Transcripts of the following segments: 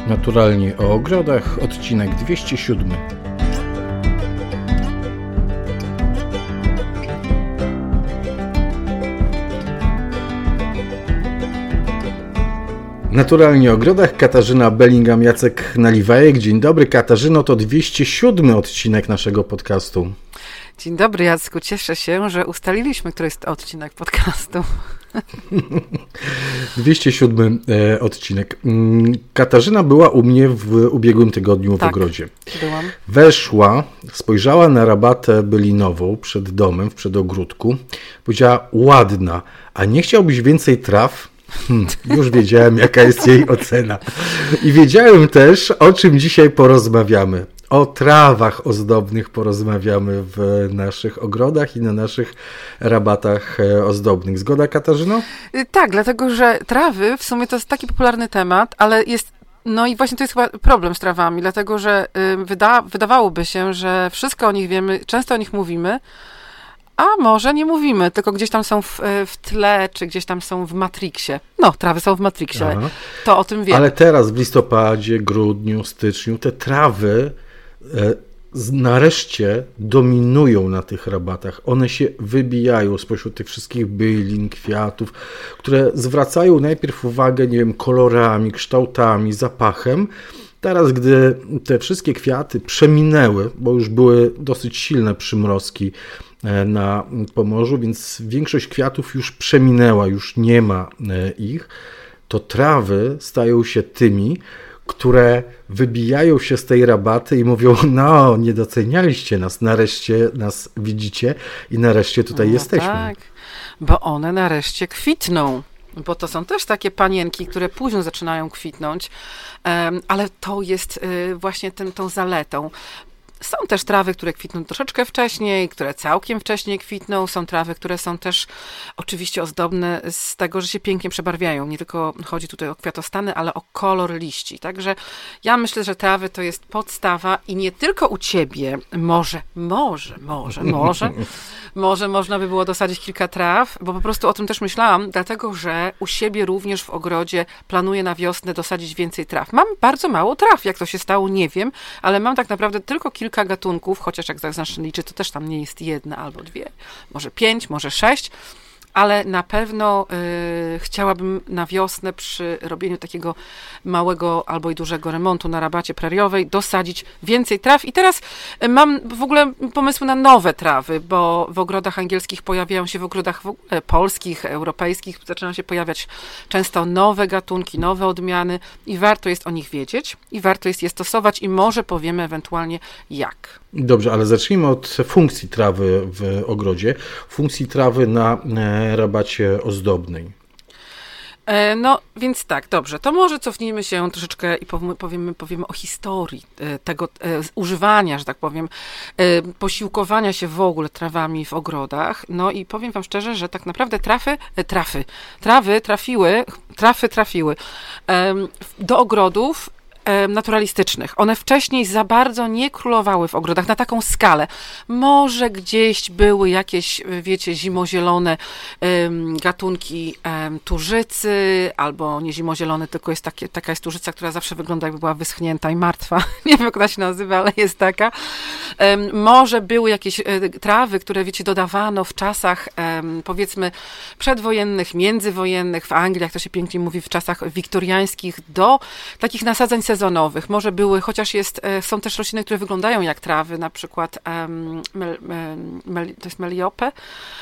Naturalnie o ogrodach, odcinek 207. Naturalnie o ogrodach, Katarzyna Bellingham, Jacek Naliwajek. Dzień dobry, Katarzyno, to 207 odcinek naszego podcastu. Dzień dobry, Jacku. Cieszę się, że ustaliliśmy, który jest odcinek podcastu. 207 odcinek. Katarzyna była u mnie w ubiegłym tygodniu w ogrodzie. Byłam. Weszła, spojrzała na rabatę bylinową przed domem, w przedogródku. Powiedziała, ładna, a nie chciałbyś więcej traw? Już wiedziałem, jaka jest jej ocena. I wiedziałem też, o czym dzisiaj porozmawiamy. O trawach ozdobnych porozmawiamy w naszych ogrodach i na naszych rabatach ozdobnych. Zgoda, Katarzyno? Tak, dlatego że trawy, w sumie to jest taki popularny temat, ale jest, no i właśnie to jest chyba problem z trawami, dlatego że wydawałoby się, że wszystko o nich wiemy, często o nich mówimy, a może nie mówimy, tylko gdzieś tam są w tle, czy gdzieś tam są w Matrixie. No, trawy są w Matrixie, to o tym wiemy. Ale teraz w listopadzie, grudniu, styczniu te trawy nareszcie dominują na tych rabatach. One się wybijają spośród tych wszystkich bylin, kwiatów, które zwracają najpierw uwagę, nie wiem, kolorami, kształtami, zapachem. Teraz, gdy te wszystkie kwiaty przeminęły, bo już były dosyć silne przymrozki na Pomorzu, więc większość kwiatów już przeminęła, już nie ma ich, to trawy stają się tymi, które wybijają się z tej rabaty i mówią, no, nie docenialiście nas, nareszcie nas widzicie i nareszcie tutaj jesteśmy. Tak, bo one nareszcie kwitną. Bo to są też takie panienki, które późno zaczynają kwitnąć, ale to jest właśnie tą zaletą. Są też trawy, które kwitną troszeczkę wcześniej, które całkiem wcześniej kwitną. Są trawy, które są też oczywiście ozdobne z tego, że się pięknie przebarwiają. Nie tylko chodzi tutaj o kwiatostany, ale o kolor liści. Także ja myślę, że trawy to jest podstawa i nie tylko u ciebie. Może można by było dosadzić kilka traw, bo po prostu o tym też myślałam, dlatego że u siebie również w ogrodzie planuję na wiosnę dosadzić więcej traw. Mam bardzo mało traw, jak to się stało, nie wiem, ale mam tak naprawdę tylko kilka gatunków, chociaż jak zacznę liczyć, to też tam nie jest jedna albo dwie, może 5, może 6, ale na pewno chciałabym na wiosnę przy robieniu takiego małego albo i dużego remontu na rabacie preriowej dosadzić więcej traw. I teraz mam w ogóle pomysły na nowe trawy, bo w ogrodach angielskich pojawiają się, w ogrodach polskich, europejskich zaczynają się pojawiać często nowe gatunki, nowe odmiany i warto jest o nich wiedzieć i warto jest je stosować i może powiemy ewentualnie jak. Dobrze, ale zacznijmy od funkcji trawy w ogrodzie, funkcji trawy na rabacie ozdobnej. No, więc tak, dobrze, to może cofnijmy się troszeczkę i powiemy o historii tego używania, że tak powiem, posiłkowania się w ogóle trawami w ogrodach. No i powiem wam szczerze, że tak naprawdę trawy trafiły do ogrodów naturalistycznych. One wcześniej za bardzo nie królowały w ogrodach na taką skalę. Może gdzieś były jakieś, wiecie, zimozielone gatunki turzycy, albo nie zimozielone, tylko jest taka jest turzyca, która zawsze wygląda jakby była wyschnięta i martwa. Nie wiem, jak ona się nazywa, ale jest taka. Może były jakieś trawy, które, wiecie, dodawano w czasach, powiedzmy, przedwojennych, międzywojennych, w Anglii, jak to się pięknie mówi, w czasach wiktoriańskich, do takich nasadzeń sezonowych. Może były, chociaż są też rośliny, które wyglądają jak trawy, na przykład to jest meliope,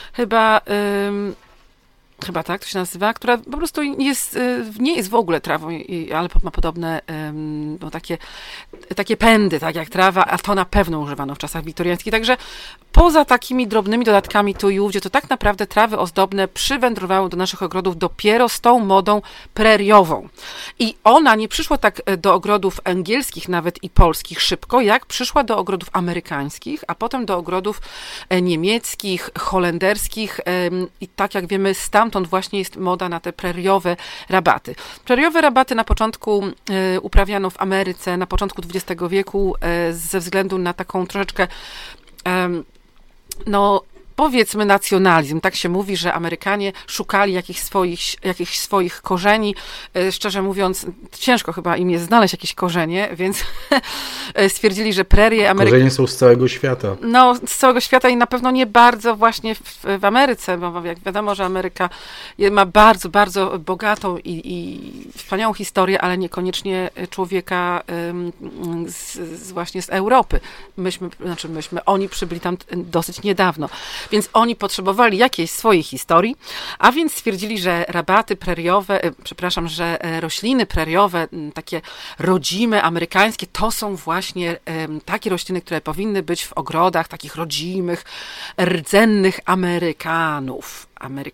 chyba tak to się nazywa, która po prostu nie jest w ogóle trawą, ale ma podobne no, takie pędy, tak jak trawa, a to na pewno używano w czasach wiktoriańskich. Także poza takimi drobnymi dodatkami tu i ówdzie, to tak naprawdę trawy ozdobne przywędrowały do naszych ogrodów dopiero z tą modą preriową. I ona nie przyszła tak do ogrodów angielskich nawet i polskich szybko, jak przyszła do ogrodów amerykańskich, a potem do ogrodów niemieckich, holenderskich i tak jak wiemy, stamtąd właśnie jest moda na te preriowe rabaty. Preriowe rabaty na początku uprawiano w Ameryce, na początku XX wieku ze względu na taką troszeczkę powiedzmy nacjonalizm. Tak się mówi, że Amerykanie szukali jakichś swoich korzeni. Szczerze mówiąc, ciężko chyba im jest znaleźć jakieś korzenie, więc stwierdzili, że prerie Korzenie są z całego świata. No, z całego świata i na pewno nie bardzo właśnie w Ameryce, bo jak wiadomo, że Ameryka ma bardzo, bardzo bogatą i wspaniałą historię, ale niekoniecznie człowieka właśnie z Europy. Oni przybyli tam dosyć niedawno, więc oni potrzebowali jakiejś swojej historii, a więc stwierdzili, że rabaty preriowe, że rośliny preriowe, takie rodzime, amerykańskie, to są właśnie takie rośliny, które powinny być w ogrodach takich rodzimych, rdzennych Amerykanów.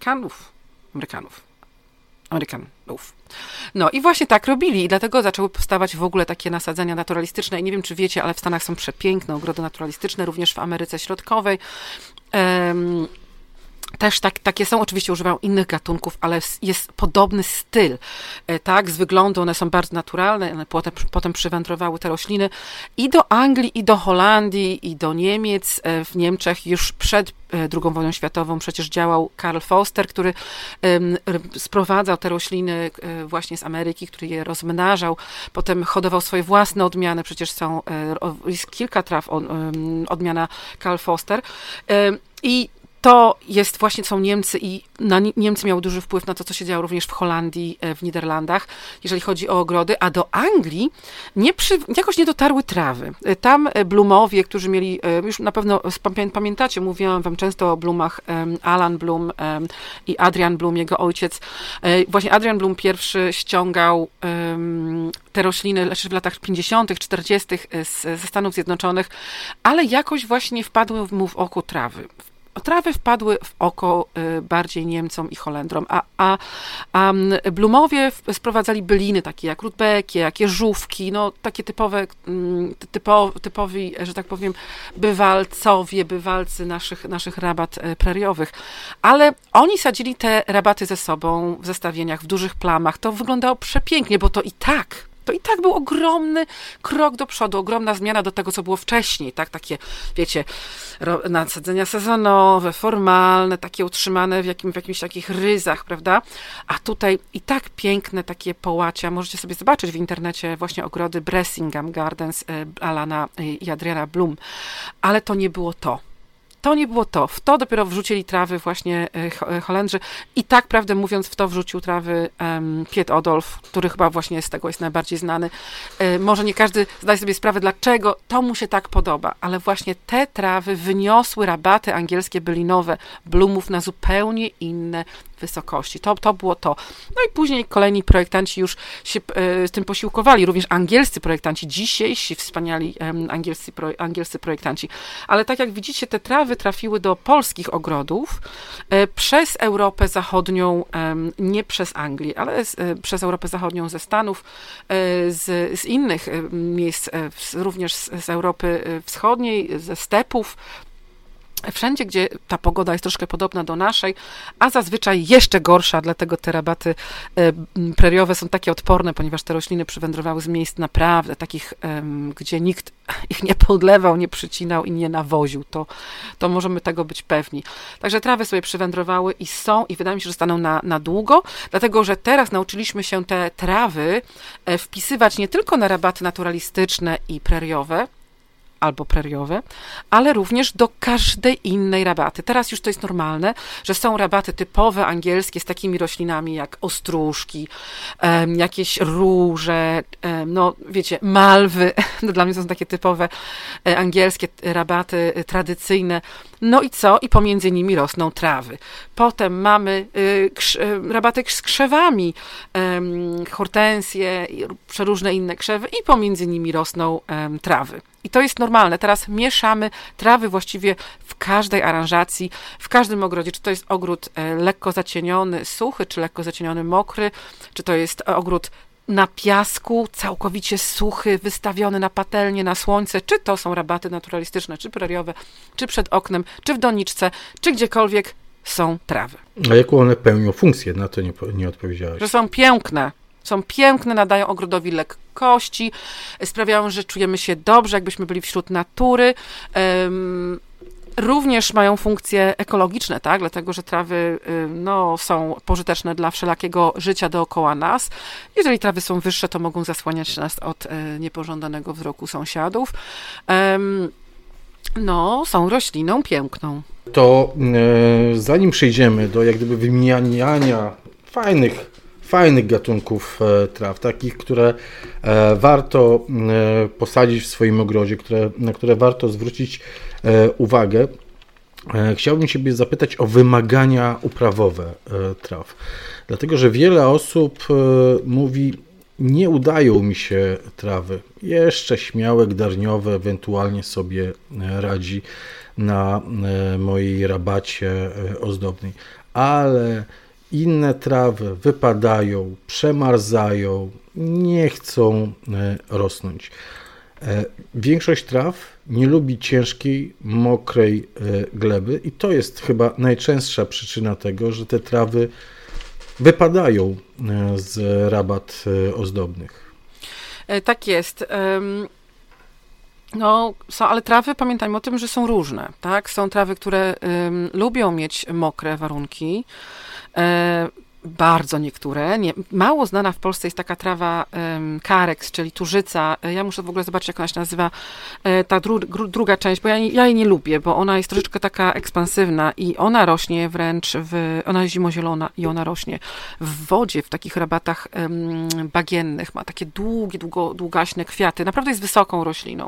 No i właśnie tak robili i dlatego zaczęły powstawać w ogóle takie nasadzenia naturalistyczne i nie wiem, czy wiecie, ale w Stanach są przepiękne ogrody naturalistyczne, również w Ameryce Środkowej. Też takie są, oczywiście używają innych gatunków, ale jest podobny styl, tak, z wyglądu one są bardzo naturalne, one potem przywędrowały te rośliny i do Anglii, i do Holandii, i do Niemiec. W Niemczech już przed II wojną światową przecież działał Karl Foster, który sprowadzał te rośliny właśnie z Ameryki, który je rozmnażał, potem hodował swoje własne odmiany, przecież jest kilka traw odmiana Karl Foster i to jest właśnie, są Niemcy i Niemcy miały duży wpływ na to, co się działo również w Holandii, w Niderlandach, jeżeli chodzi o ogrody, a do Anglii jakoś nie dotarły trawy. Tam Bloomowie, którzy mieli, już na pewno pamiętacie, mówiłam wam często o Bloomach, Alan Bloom i Adrian Bloom, jego ojciec. Właśnie Adrian Bloom pierwszy ściągał te rośliny w latach 50., 40. ze Stanów Zjednoczonych, ale jakoś właśnie wpadły mu w oko trawy. Trawy wpadły w oko bardziej Niemcom i Holendrom, a Bloomowie sprowadzali byliny takie jak rudbeckie, jak jeżówki, no takie typowi, że tak powiem, bywalcy naszych rabat preriowych. Ale oni sadzili te rabaty ze sobą w zestawieniach, w dużych plamach. To wyglądało przepięknie, bo to i tak był ogromny krok do przodu, ogromna zmiana do tego, co było wcześniej, tak? Takie, wiecie, nasadzenia sezonowe, formalne, takie utrzymane w jakichś takich ryzach, prawda? A tutaj i tak piękne takie połacia, możecie sobie zobaczyć w internecie właśnie ogrody Bressingham Gardens Alana i Adriana Bloom, ale to nie było to. W to dopiero wrzucili trawy właśnie Holendrzy i tak, prawdę mówiąc, w to wrzucił trawy Piet Odolf, który chyba właśnie z tego jest najbardziej znany. Może nie każdy zdaje sobie sprawę, dlaczego to mu się tak podoba, ale właśnie te trawy wyniosły rabaty angielskie bylinowe Bloomów na zupełnie inne wysokości. To było to. No i później kolejni projektanci już się z tym posiłkowali, również angielscy projektanci, dzisiejsi wspaniali angielscy projektanci. Ale tak jak widzicie, te trawy trafiły do polskich ogrodów przez Europę Zachodnią, nie przez Anglię, ale przez Europę Zachodnią ze Stanów, z innych miejsc, również z Europy Wschodniej, ze stepów, wszędzie, gdzie ta pogoda jest troszkę podobna do naszej, a zazwyczaj jeszcze gorsza, dlatego te rabaty preriowe są takie odporne, ponieważ te rośliny przywędrowały z miejsc naprawdę takich, gdzie nikt ich nie podlewał, nie przycinał i nie nawoził. To możemy tego być pewni. Także trawy sobie przywędrowały i są, i wydaje mi się, że staną na długo, dlatego, że teraz nauczyliśmy się te trawy wpisywać nie tylko na rabaty naturalistyczne i preriowe, albo preriowe, ale również do każdej innej rabaty. Teraz już to jest normalne, że są rabaty typowe angielskie z takimi roślinami jak ostróżki, jakieś róże, no wiecie, malwy, no dla mnie to są takie typowe angielskie rabaty tradycyjne. No i co? I pomiędzy nimi rosną trawy. Potem mamy rabaty z krzewami, hortensje i przeróżne inne krzewy i pomiędzy nimi rosną trawy. I to jest normalne. Teraz mieszamy trawy właściwie w każdej aranżacji, w każdym ogrodzie. Czy to jest ogród lekko zacieniony, suchy, czy lekko zacieniony, mokry, czy to jest ogród na piasku, całkowicie suchy, wystawiony na patelnię, na słońce, czy to są rabaty naturalistyczne, czy preriowe, czy przed oknem, czy w doniczce, czy gdziekolwiek są trawy. A jaką one pełnią funkcję? Na to nie odpowiedziałeś. Że są piękne. Są piękne, nadają ogrodowi lekkości, sprawiają, że czujemy się dobrze, jakbyśmy byli wśród natury. również mają funkcje ekologiczne, tak? Dlatego, że trawy są pożyteczne dla wszelakiego życia dookoła nas. Jeżeli trawy są wyższe, to mogą zasłaniać nas od niepożądanego wzroku sąsiadów. Są rośliną piękną. To zanim przejdziemy do jak gdyby wymieniania fajnych gatunków traw, takich, które warto posadzić w swoim ogrodzie, na które warto zwrócić uwagę, chciałbym Ciebie zapytać o wymagania uprawowe traw. Dlatego, że wiele osób mówi, nie udają mi się trawy. Jeszcze śmiałek darniowy ewentualnie sobie radzi na mojej rabacie ozdobnej. Ale inne trawy wypadają, przemarzają, nie chcą rosnąć. Większość traw nie lubi ciężkiej, mokrej gleby i to jest chyba najczęstsza przyczyna tego, że te trawy wypadają z rabat ozdobnych. Tak jest. Ale trawy, pamiętajmy o tym, że są różne, tak? Są trawy, które lubią mieć mokre warunki, bardzo niektóre. Mało znana w Polsce jest taka trawa kareks, czyli turzyca. Ja muszę w ogóle zobaczyć, jak ona się nazywa, ta druga część, bo ja jej nie lubię, bo ona jest troszeczkę taka ekspansywna i ona rośnie wręcz, ona jest zimozielona i ona rośnie w wodzie, w takich rabatach bagiennych. Ma takie długaśne kwiaty. Naprawdę jest wysoką rośliną.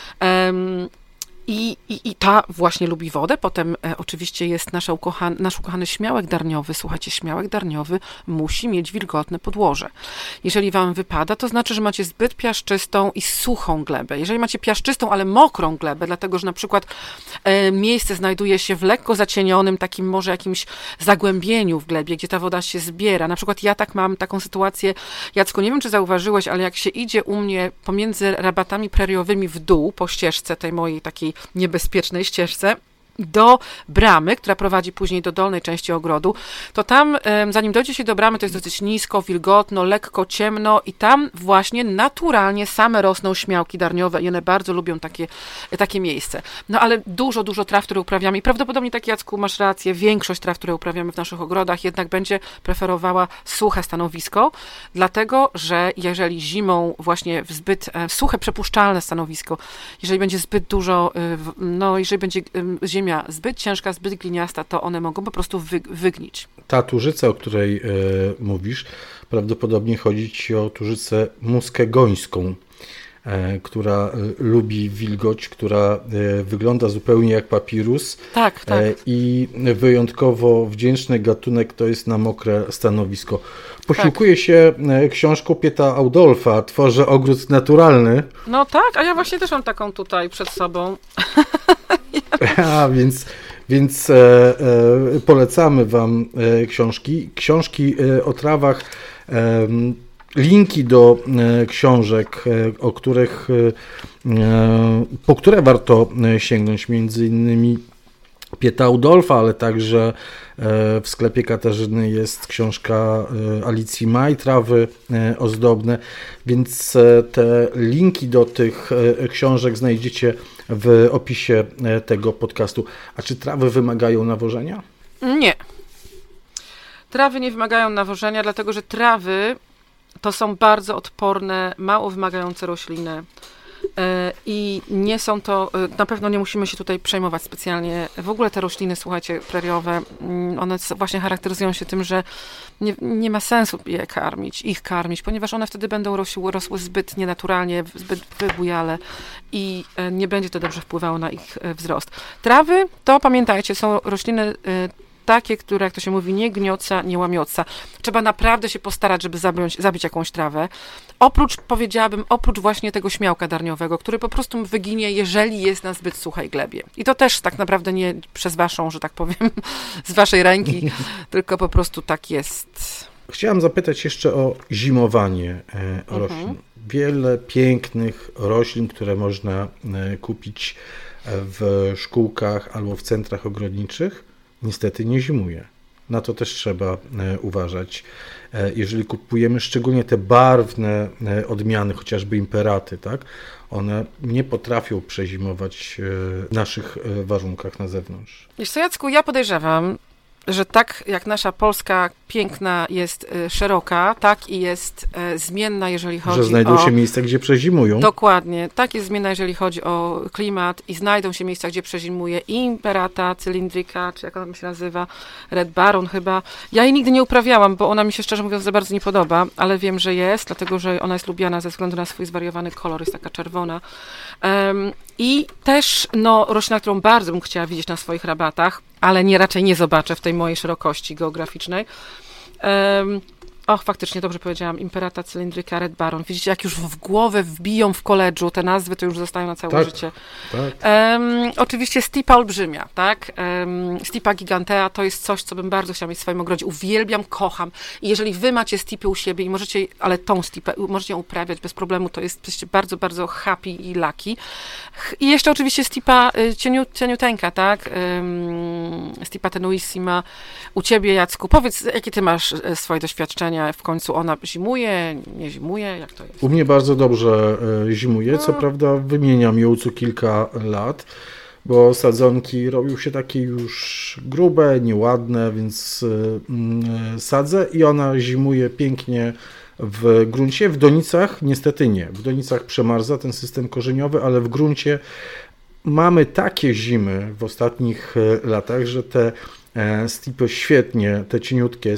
I ta właśnie lubi wodę. Potem oczywiście jest nasz ukochany śmiałek darniowy. Słuchajcie, śmiałek darniowy musi mieć wilgotne podłoże. Jeżeli wam wypada, to znaczy, że macie zbyt piaszczystą i suchą glebę. Jeżeli macie piaszczystą, ale mokrą glebę, dlatego, że na przykład miejsce znajduje się w lekko zacienionym, takim może jakimś zagłębieniu w glebie, gdzie ta woda się zbiera. Na przykład ja tak mam taką sytuację, Jacku, nie wiem, czy zauważyłeś, ale jak się idzie u mnie pomiędzy rabatami preriowymi w dół, po ścieżce tej mojej takiej niebezpiecznej ścieżce, do bramy, która prowadzi później do dolnej części ogrodu, to tam, zanim dojdzie się do bramy, to jest dosyć nisko, wilgotno, lekko ciemno i tam właśnie naturalnie same rosną śmiałki darniowe i one bardzo lubią takie miejsce. Ale dużo traw, które uprawiamy i prawdopodobnie, tak Jacku, masz rację, większość traw, które uprawiamy w naszych ogrodach jednak będzie preferowała suche stanowisko, dlatego, że jeżeli zimą właśnie w zbyt suche, przepuszczalne stanowisko, jeżeli będzie zbyt dużo, jeżeli będzie ziemia zbyt ciężka, zbyt gliniasta, to one mogą po prostu wygnić. Ta turzyca, o której mówisz, prawdopodobnie chodzi ci o turzycę muskegońską, która lubi wilgoć, która wygląda zupełnie jak papirus. Tak. I wyjątkowo wdzięczny gatunek to jest na mokre stanowisko. Posiłkuje się książką Pieta Audolfa, Tworzę ogród naturalny. No tak, a ja właśnie też mam taką tutaj przed sobą. Więc polecamy wam książki o trawach, linki do książek, po które warto sięgnąć, między innymi Pieta Audolfa, ale także w sklepie Katarzyny jest książka Alicji Maj, Trawy ozdobne, więc te linki do tych książek znajdziecie w opisie tego podcastu. A czy trawy wymagają nawożenia? Nie. Trawy nie wymagają nawożenia, dlatego że trawy to są bardzo odporne, mało wymagające rośliny. I nie są to, na pewno nie musimy się tutaj przejmować specjalnie. W ogóle te rośliny, słuchajcie, preriowe, one właśnie charakteryzują się tym, że nie ma sensu ich karmić, ponieważ one wtedy będą rosły zbyt nienaturalnie, zbyt wybujale i nie będzie to dobrze wpływało na ich wzrost. Trawy, to pamiętajcie, są rośliny takie, które, jak to się mówi, nie gnioca, nie łamioca. Trzeba naprawdę się postarać, żeby zabić jakąś trawę. Oprócz właśnie tego śmiałka darniowego, który po prostu wyginie, jeżeli jest na zbyt suchej glebie. I to też tak naprawdę nie przez waszą, że tak powiem, z waszej ręki, tylko po prostu tak jest. Chciałam zapytać jeszcze o zimowanie roślin. Wiele pięknych roślin, które można kupić w szkółkach albo w centrach ogrodniczych, niestety nie zimuje. Na to też trzeba uważać. Jeżeli kupujemy szczególnie te barwne odmiany, chociażby imperaty, tak, one nie potrafią przezimować w naszych warunkach na zewnątrz. Wiesz co, Jacku, ja podejrzewam, że tak jak nasza Polska piękna jest szeroka, tak i jest zmienna, jeżeli chodzi o... Że znajdą się miejsca, gdzie przezimują. Dokładnie. Tak jest zmienna, jeżeli chodzi o klimat i znajdą się miejsca, gdzie przezimuje i Imperata cylindrica, czy jak ona się nazywa, Red Baron chyba. Ja jej nigdy nie uprawiałam, bo ona mi się szczerze mówiąc za bardzo nie podoba, ale wiem, że jest, dlatego, że ona jest lubiana ze względu na swój zwariowany kolor, jest taka czerwona. I też roślina, którą bardzo bym chciała widzieć na swoich rabatach, ale raczej nie zobaczę w tej mojej szerokości geograficznej. Faktycznie, dobrze powiedziałam, Imperata cylindrica, Red Baron. Widzicie, jak już w głowę wbiją w koledżu te nazwy, to już zostają na całe życie. Tak. Oczywiście Stipa olbrzymia, tak? Stipa gigantea to jest coś, co bym bardzo chciała mieć w swoim ogrodzie. Uwielbiam, kocham. I jeżeli wy macie stipy u siebie i możecie, ale tą stipę, możecie ją uprawiać bez problemu, to jesteście bardzo, bardzo happy i lucky. I jeszcze oczywiście Stipa cieniuteńka, tak? Stipa tenuissima. U ciebie, Jacku, powiedz, jakie ty masz swoje doświadczenia? W końcu ona zimuje, nie zimuje? Jak to jest? U mnie bardzo dobrze zimuje. Co prawda wymieniam ją co kilka lat, bo sadzonki robią się takie już grube, nieładne, więc sadzę i ona zimuje pięknie w gruncie. W donicach niestety nie. W donicach przemarza ten system korzeniowy, ale w gruncie mamy takie zimy w ostatnich latach, że te stipy świetnie, te cieniutkie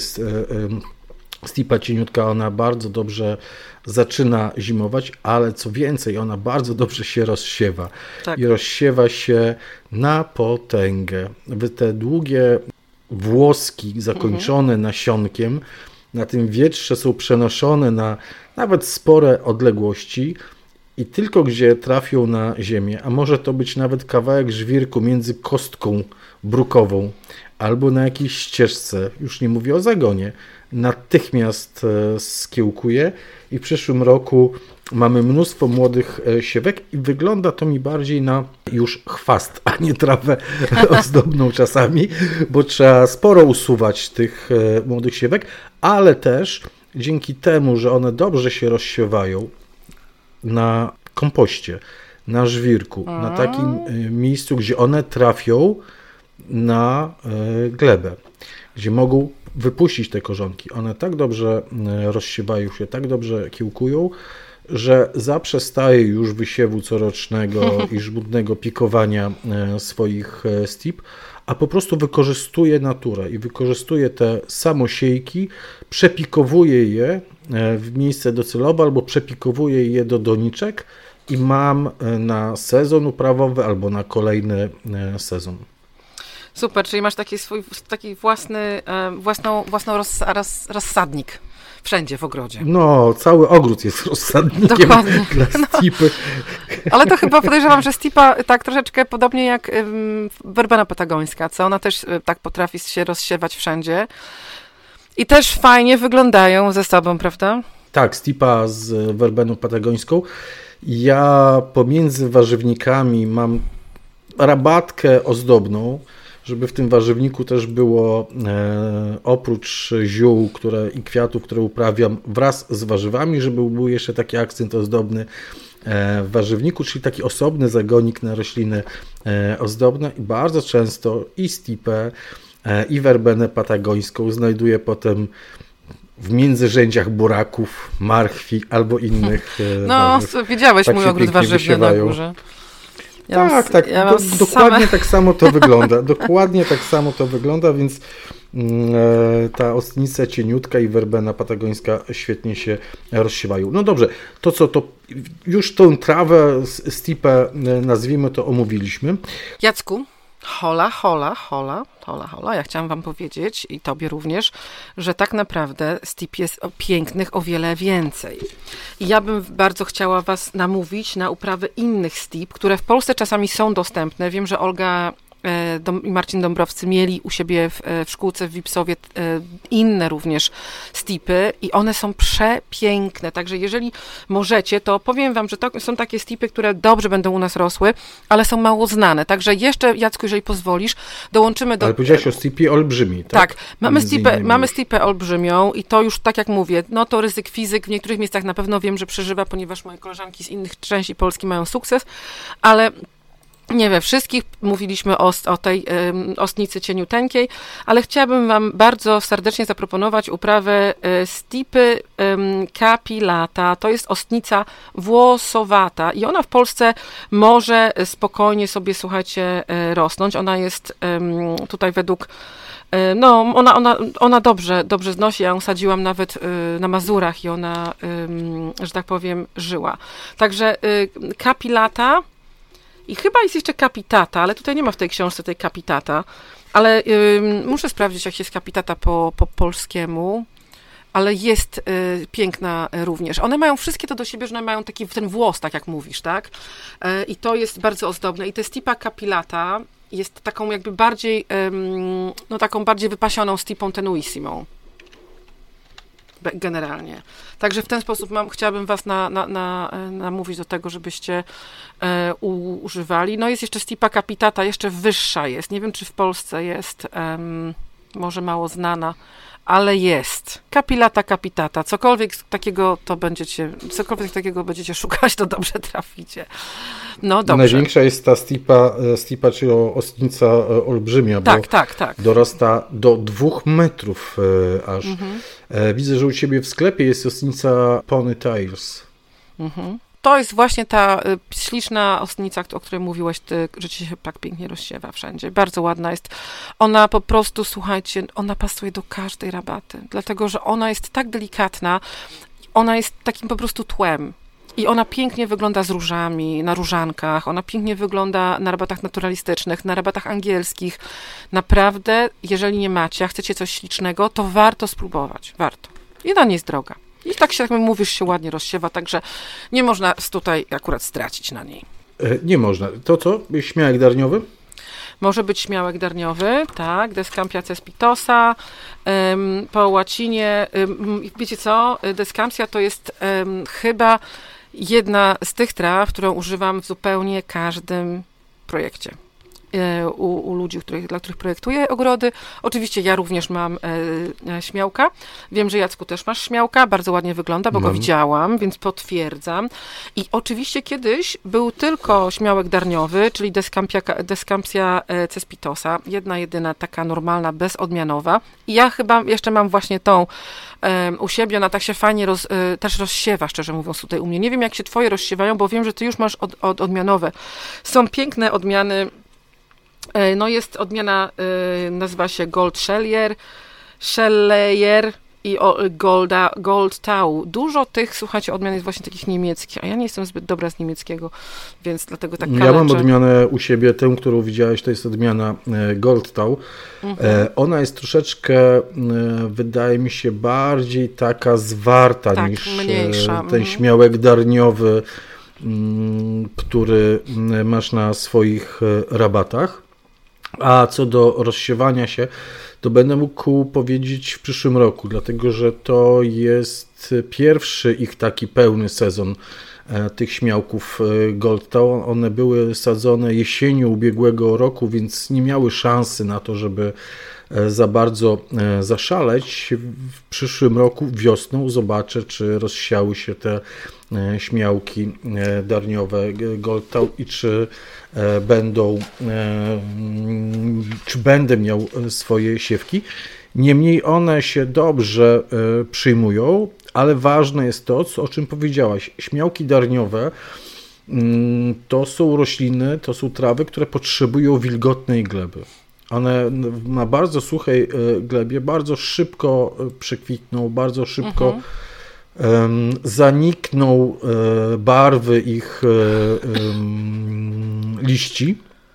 Stipa cieniutka, ona bardzo dobrze zaczyna zimować, ale co więcej, ona bardzo dobrze się rozsiewa. Tak. I rozsiewa się na potęgę. Te długie włoski zakończone nasionkiem na tym wietrze są przenoszone na nawet spore odległości i tylko gdzie trafią na ziemię, a może to być nawet kawałek żwirku między kostką brukową albo na jakiejś ścieżce, już nie mówię o zagonie, natychmiast skiełkuje i w przyszłym roku mamy mnóstwo młodych siewek i wygląda to mi bardziej na już chwast, a nie trawę ozdobną czasami, bo trzeba sporo usuwać tych młodych siewek, ale też dzięki temu, że one dobrze się rozsiewają na kompoście, na żwirku, na takim miejscu, gdzie one trafią na glebę, gdzie mogą wypuścić te korzonki. One tak dobrze rozsiewają się, tak dobrze kiełkują, że zaprzestaje już wysiewu corocznego i żmudnego pikowania swoich stip, a po prostu wykorzystuje naturę i wykorzystuje te samosiejki, przepikowuje je w miejsce docelowe albo przepikowuje je do doniczek i mam na sezon uprawowy albo na kolejny sezon. Super, czyli masz taki własny rozsadnik wszędzie w ogrodzie. No, cały ogród jest rozsadnikiem. Dokładnie. Dla stipy. Ale to chyba podejrzewam, że stipa tak troszeczkę podobnie jak werbena patagońska, co ona też tak potrafi się rozsiewać wszędzie i też fajnie wyglądają ze sobą, prawda? Tak, stipa z werbeną patagońską. Ja pomiędzy warzywnikami mam rabatkę ozdobną, żeby w tym warzywniku też było oprócz ziół i kwiatów, które uprawiam wraz z warzywami, żeby był jeszcze taki akcent ozdobny w warzywniku, czyli taki osobny zagonik na rośliny ozdobne i bardzo często i stipę, i werbenę patagońską znajduję potem w międzyrzędziach buraków, marchwi albo innych warzyw. Widziałeś mój ogród warzywny na górze. Dokładnie tak samo to wygląda. Dokładnie tak samo to wygląda, więc ta ostnica cieniutka i werbena patagońska świetnie się rozsiewają. No dobrze, to już tą trawę, stipę, nazwijmy to, omówiliśmy. Jacku, hola. Ja chciałam wam powiedzieć i tobie również, że tak naprawdę stip jest pięknych o wiele więcej. I ja bym bardzo chciała was namówić na uprawę innych stip, które w Polsce czasami są dostępne. Wiem, że Olga i Marcin Dąbrowcy mieli u siebie w szkółce w Wipsowie inne również stipy i one są przepiękne, także jeżeli możecie, to powiem wam, że to są takie stipy, które dobrze będą u nas rosły, ale są mało znane, także jeszcze, Jacku, jeżeli pozwolisz, dołączymy do... Ale powiedziałeś o stipie olbrzymi, tak? Tak, mamy stipę olbrzymią i to już, tak jak mówię, no to ryzyk fizyk w niektórych miejscach na pewno wiem, że przeżywa, ponieważ moje koleżanki z innych części Polski mają sukces, ale nie we wszystkich. Mówiliśmy o tej ostnicy cieniuteńkiej, ale chciałabym wam bardzo serdecznie zaproponować uprawę stipy capillata. To jest ostnica włosowata i ona w Polsce może spokojnie sobie, słuchajcie, rosnąć. Ona jest tutaj według no, ona dobrze znosi. Ja ją sadziłam nawet na Mazurach i ona, że tak powiem, żyła. Także capillata i chyba jest jeszcze capitata, ale tutaj nie ma w tej książce tej capitata, ale muszę sprawdzić, jak jest capitata po polskiemu, ale jest piękna również. One mają wszystkie to do siebie, że one mają taki ten włos, tak jak mówisz, tak? I to jest bardzo ozdobne. I to stipa capillata jest taką jakby bardziej, no taką bardziej wypasioną stipą tenuissimą. Generalnie. Także w ten sposób chciałabym was namówić do tego, żebyście używali. No jest jeszcze stipa capitata, jeszcze wyższa jest. Nie wiem, czy w Polsce jest, może mało znana, ale jest. Capillata capitata. Cokolwiek takiego będziecie szukać, to dobrze traficie. No dobrze. Największa jest ta stipa, czyli ostnica olbrzymia, tak, bo tak. dorasta do 2 metrów aż. Widzę, że u ciebie w sklepie jest ostnica Ponytails. To jest właśnie ta śliczna ostnica, o której mówiłeś ty, że ci się tak pięknie rozsiewa wszędzie. Bardzo ładna jest. Ona po prostu, słuchajcie, ona pasuje do każdej rabaty, dlatego, że ona jest tak delikatna, ona jest takim po prostu tłem. I ona pięknie wygląda z różami, na różankach, ona pięknie wygląda na rabatach naturalistycznych, na rabatach angielskich. Naprawdę, jeżeli nie macie, a chcecie coś ślicznego, to warto spróbować, warto. I ona nie jest droga. I tak się, jak mówisz, się ładnie rozsiewa, także nie można tutaj akurat stracić na niej. Nie można. To co? Śmiałek darniowy? Może być śmiałek darniowy, tak, Descampia cespitosa, po łacinie, wiecie co, Descampia to jest chyba jedna z tych traw, którą używam w zupełnie każdym projekcie. U ludzi, dla których projektuję ogrody. Oczywiście ja również mam śmiałka. Wiem, że Jacku też masz śmiałka. Bardzo ładnie wygląda, bo go widziałam, więc potwierdzam. I oczywiście kiedyś był tylko śmiałek darniowy, czyli Descampia cespitosa. Jedna, jedyna taka normalna, bezodmianowa. I ja chyba jeszcze mam właśnie tą u siebie. Ona tak się fajnie też rozsiewa, szczerze mówiąc, tutaj u mnie. Nie wiem, jak się twoje rozsiewają, bo wiem, że ty już masz odmianowe. Są piękne odmiany. No jest odmiana, nazywa się Gold Scheller i Gold Tau. Dużo tych, słuchajcie, odmian jest właśnie takich niemieckich, a ja nie jestem zbyt dobra z niemieckiego, więc dlatego tak kaleczę. Ja mam odmianę u siebie, tę, którą widziałeś, to jest odmiana Gold Tau. Ona jest troszeczkę, wydaje mi się, bardziej taka zwarta niż mniejsza. Ten śmiałek darniowy, który masz na swoich rabatach. A co do rozsiewania się, to będę mógł powiedzieć w przyszłym roku, dlatego że to jest pierwszy ich taki pełny sezon tych śmiałków Gold Tau. One były sadzone jesienią ubiegłego roku, więc nie miały szansy na to, żeby za bardzo zaszaleć. W przyszłym roku wiosną zobaczę, czy rozsiały się te śmiałki darniowe Gold Tau i czy będę miał swoje siewki. Niemniej one się dobrze przyjmują, ale ważne jest to, o czym powiedziałaś. Śmiałki darniowe to są rośliny, to są trawy, które potrzebują wilgotnej gleby. One na bardzo suchej glebie bardzo szybko przekwitną, bardzo szybko zanikną barwy ich liści.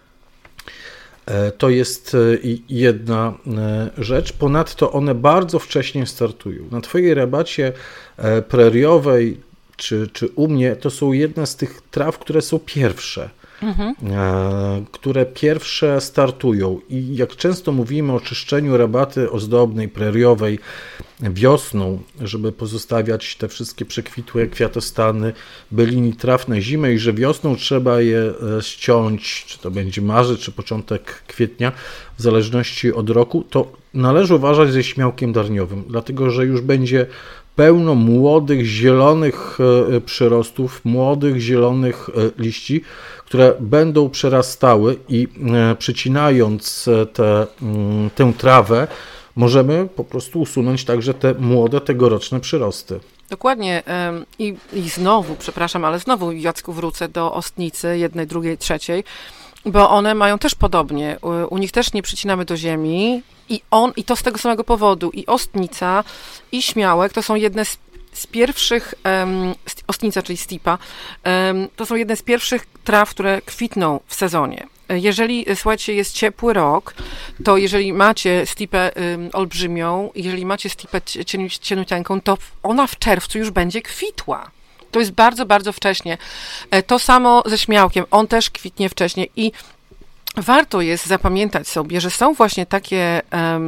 To jest jedna rzecz. Ponadto one bardzo wcześnie startują. Na twojej rabacie preriowej czy u mnie to są jedne z tych traw, które są pierwsze. które pierwsze startują. I jak często mówimy o czyszczeniu rabaty ozdobnej, preriowej wiosną, żeby pozostawiać te wszystkie przekwitłe kwiatostany, bylin i traw na zimę i że wiosną trzeba je ściąć, czy to będzie marzec, czy początek kwietnia, w zależności od roku, to należy uważać ze śmiałkiem darniowym, dlatego że już będzie pełno młodych, zielonych przyrostów, młodych, zielonych liści, które będą przerastały i przycinając tę trawę, możemy po prostu usunąć także te młode, tegoroczne przyrosty. Dokładnie. I znowu, przepraszam, ale znowu, Jacku, wrócę do ostnicy, jednej, drugiej, trzeciej, bo one mają też podobnie. U nich też nie przycinamy do ziemi i to z tego samego powodu. I ostnica, i śmiałek to są jedne z pierwszych, ostnica, czyli stipa, to są jedne z pierwszych traw, które kwitną w sezonie. Jeżeli, słuchajcie, jest ciepły rok, to jeżeli macie stipę olbrzymią, jeżeli macie stipę cieniuteńką, to ona w czerwcu już będzie kwitła. To jest bardzo, bardzo wcześnie. To samo ze śmiałkiem, on też kwitnie wcześnie i warto jest zapamiętać sobie, że są właśnie takie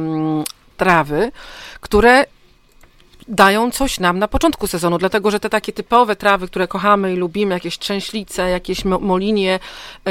trawy, które dają coś nam na początku sezonu, dlatego że te takie typowe trawy, które kochamy i lubimy, jakieś trzęślice, jakieś molinie,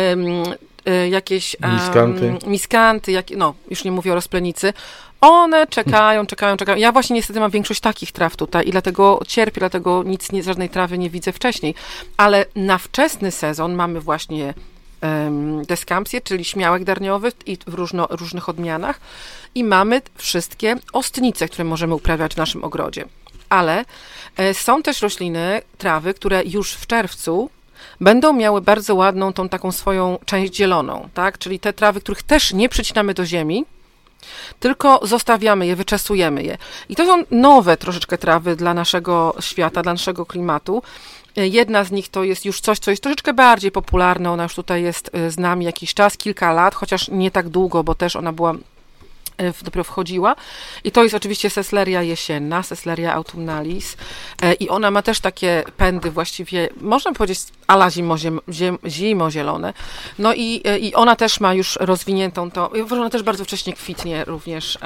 jakieś miskanty, już nie mówię o rozplenicy, one czekają. Ja właśnie niestety mam większość takich traw tutaj i dlatego cierpię, dlatego żadnej trawy nie widzę wcześniej. Ale na wczesny sezon mamy właśnie deskampsję, czyli śmiałek darniowy i w różnych odmianach i mamy wszystkie ostnice, które możemy uprawiać w naszym ogrodzie. Ale są też rośliny, trawy, które już w czerwcu będą miały bardzo ładną tą taką swoją część zieloną, tak? Czyli te trawy, których też nie przycinamy do ziemi, tylko zostawiamy je, wyczesujemy je. I to są nowe troszeczkę trawy dla naszego świata, dla naszego klimatu. Jedna z nich to jest już coś, co jest troszeczkę bardziej popularne, ona już tutaj jest z nami jakiś czas, kilka lat, chociaż nie tak długo, bo też ona dopiero wchodziła. I to jest oczywiście Sesleria jesienna, Sesleria autumnalis. I ona ma też takie pędy właściwie, można powiedzieć, ala zimozielone. No i ona też ma już rozwiniętą to, ona też bardzo wcześnie kwitnie również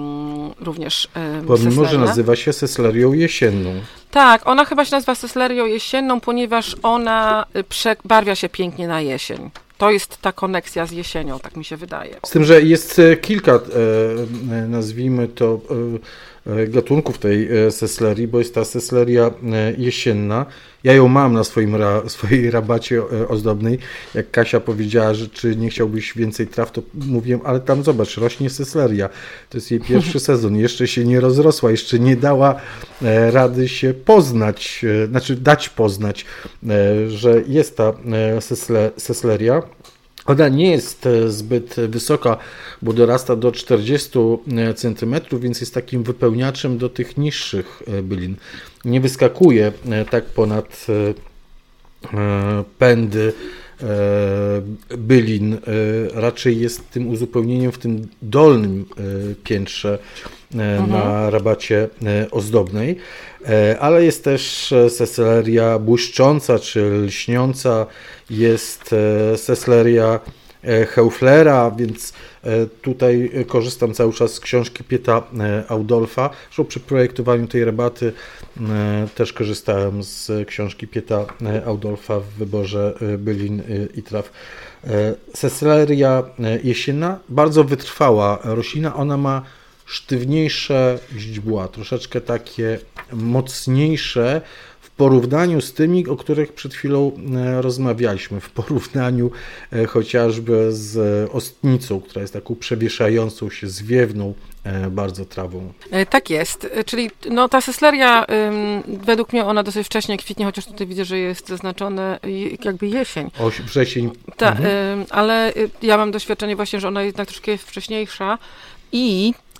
Pomimo, że nazywa się Seslerią jesienną. Tak, ona chyba się nazywa Seslerią jesienną, ponieważ ona przebarwia się pięknie na jesień. To jest ta koneksja z jesienią, tak mi się wydaje. Z tym, że jest kilka, nazwijmy to, gatunków tej seslerii, bo jest ta sesleria jesienna. Ja ją mam na swojej rabacie ozdobnej. Jak Kasia powiedziała, że czy nie chciałbyś więcej traw, to mówiłem, ale tam zobacz, rośnie sesleria. To jest jej pierwszy sezon, jeszcze się nie rozrosła, jeszcze nie dała rady się poznać, dać poznać, że jest ta sesleria. Ona nie jest zbyt wysoka, bo dorasta do 40 cm, więc jest takim wypełniaczem do tych niższych bylin. Nie wyskakuje tak ponad pędy bylin, raczej jest tym uzupełnieniem w tym dolnym piętrze na rabacie ozdobnej, ale jest też sesleria błyszcząca czy lśniąca, jest sesleria Heuflera, więc tutaj korzystam cały czas z książki Pieta Audolfa. Zresztą przy projektowaniu tej rabaty też korzystałem z książki Pieta Audolfa w wyborze bylin i traw. Sesleria jesienna, bardzo wytrwała roślina, ona ma sztywniejsze źdźbła, troszeczkę takie mocniejsze w porównaniu z tymi, o których przed chwilą rozmawialiśmy, w porównaniu chociażby z ostnicą, która jest taką przewieszającą się, zwiewną bardzo trawą. Tak jest, czyli ta sesleria, według mnie ona dosyć wcześnie kwitnie, chociaż tutaj widzę, że jest zaznaczone jakby jesień. Wrzesień. Ale ja mam doświadczenie właśnie, że ona jest jednak troszkę wcześniejsza i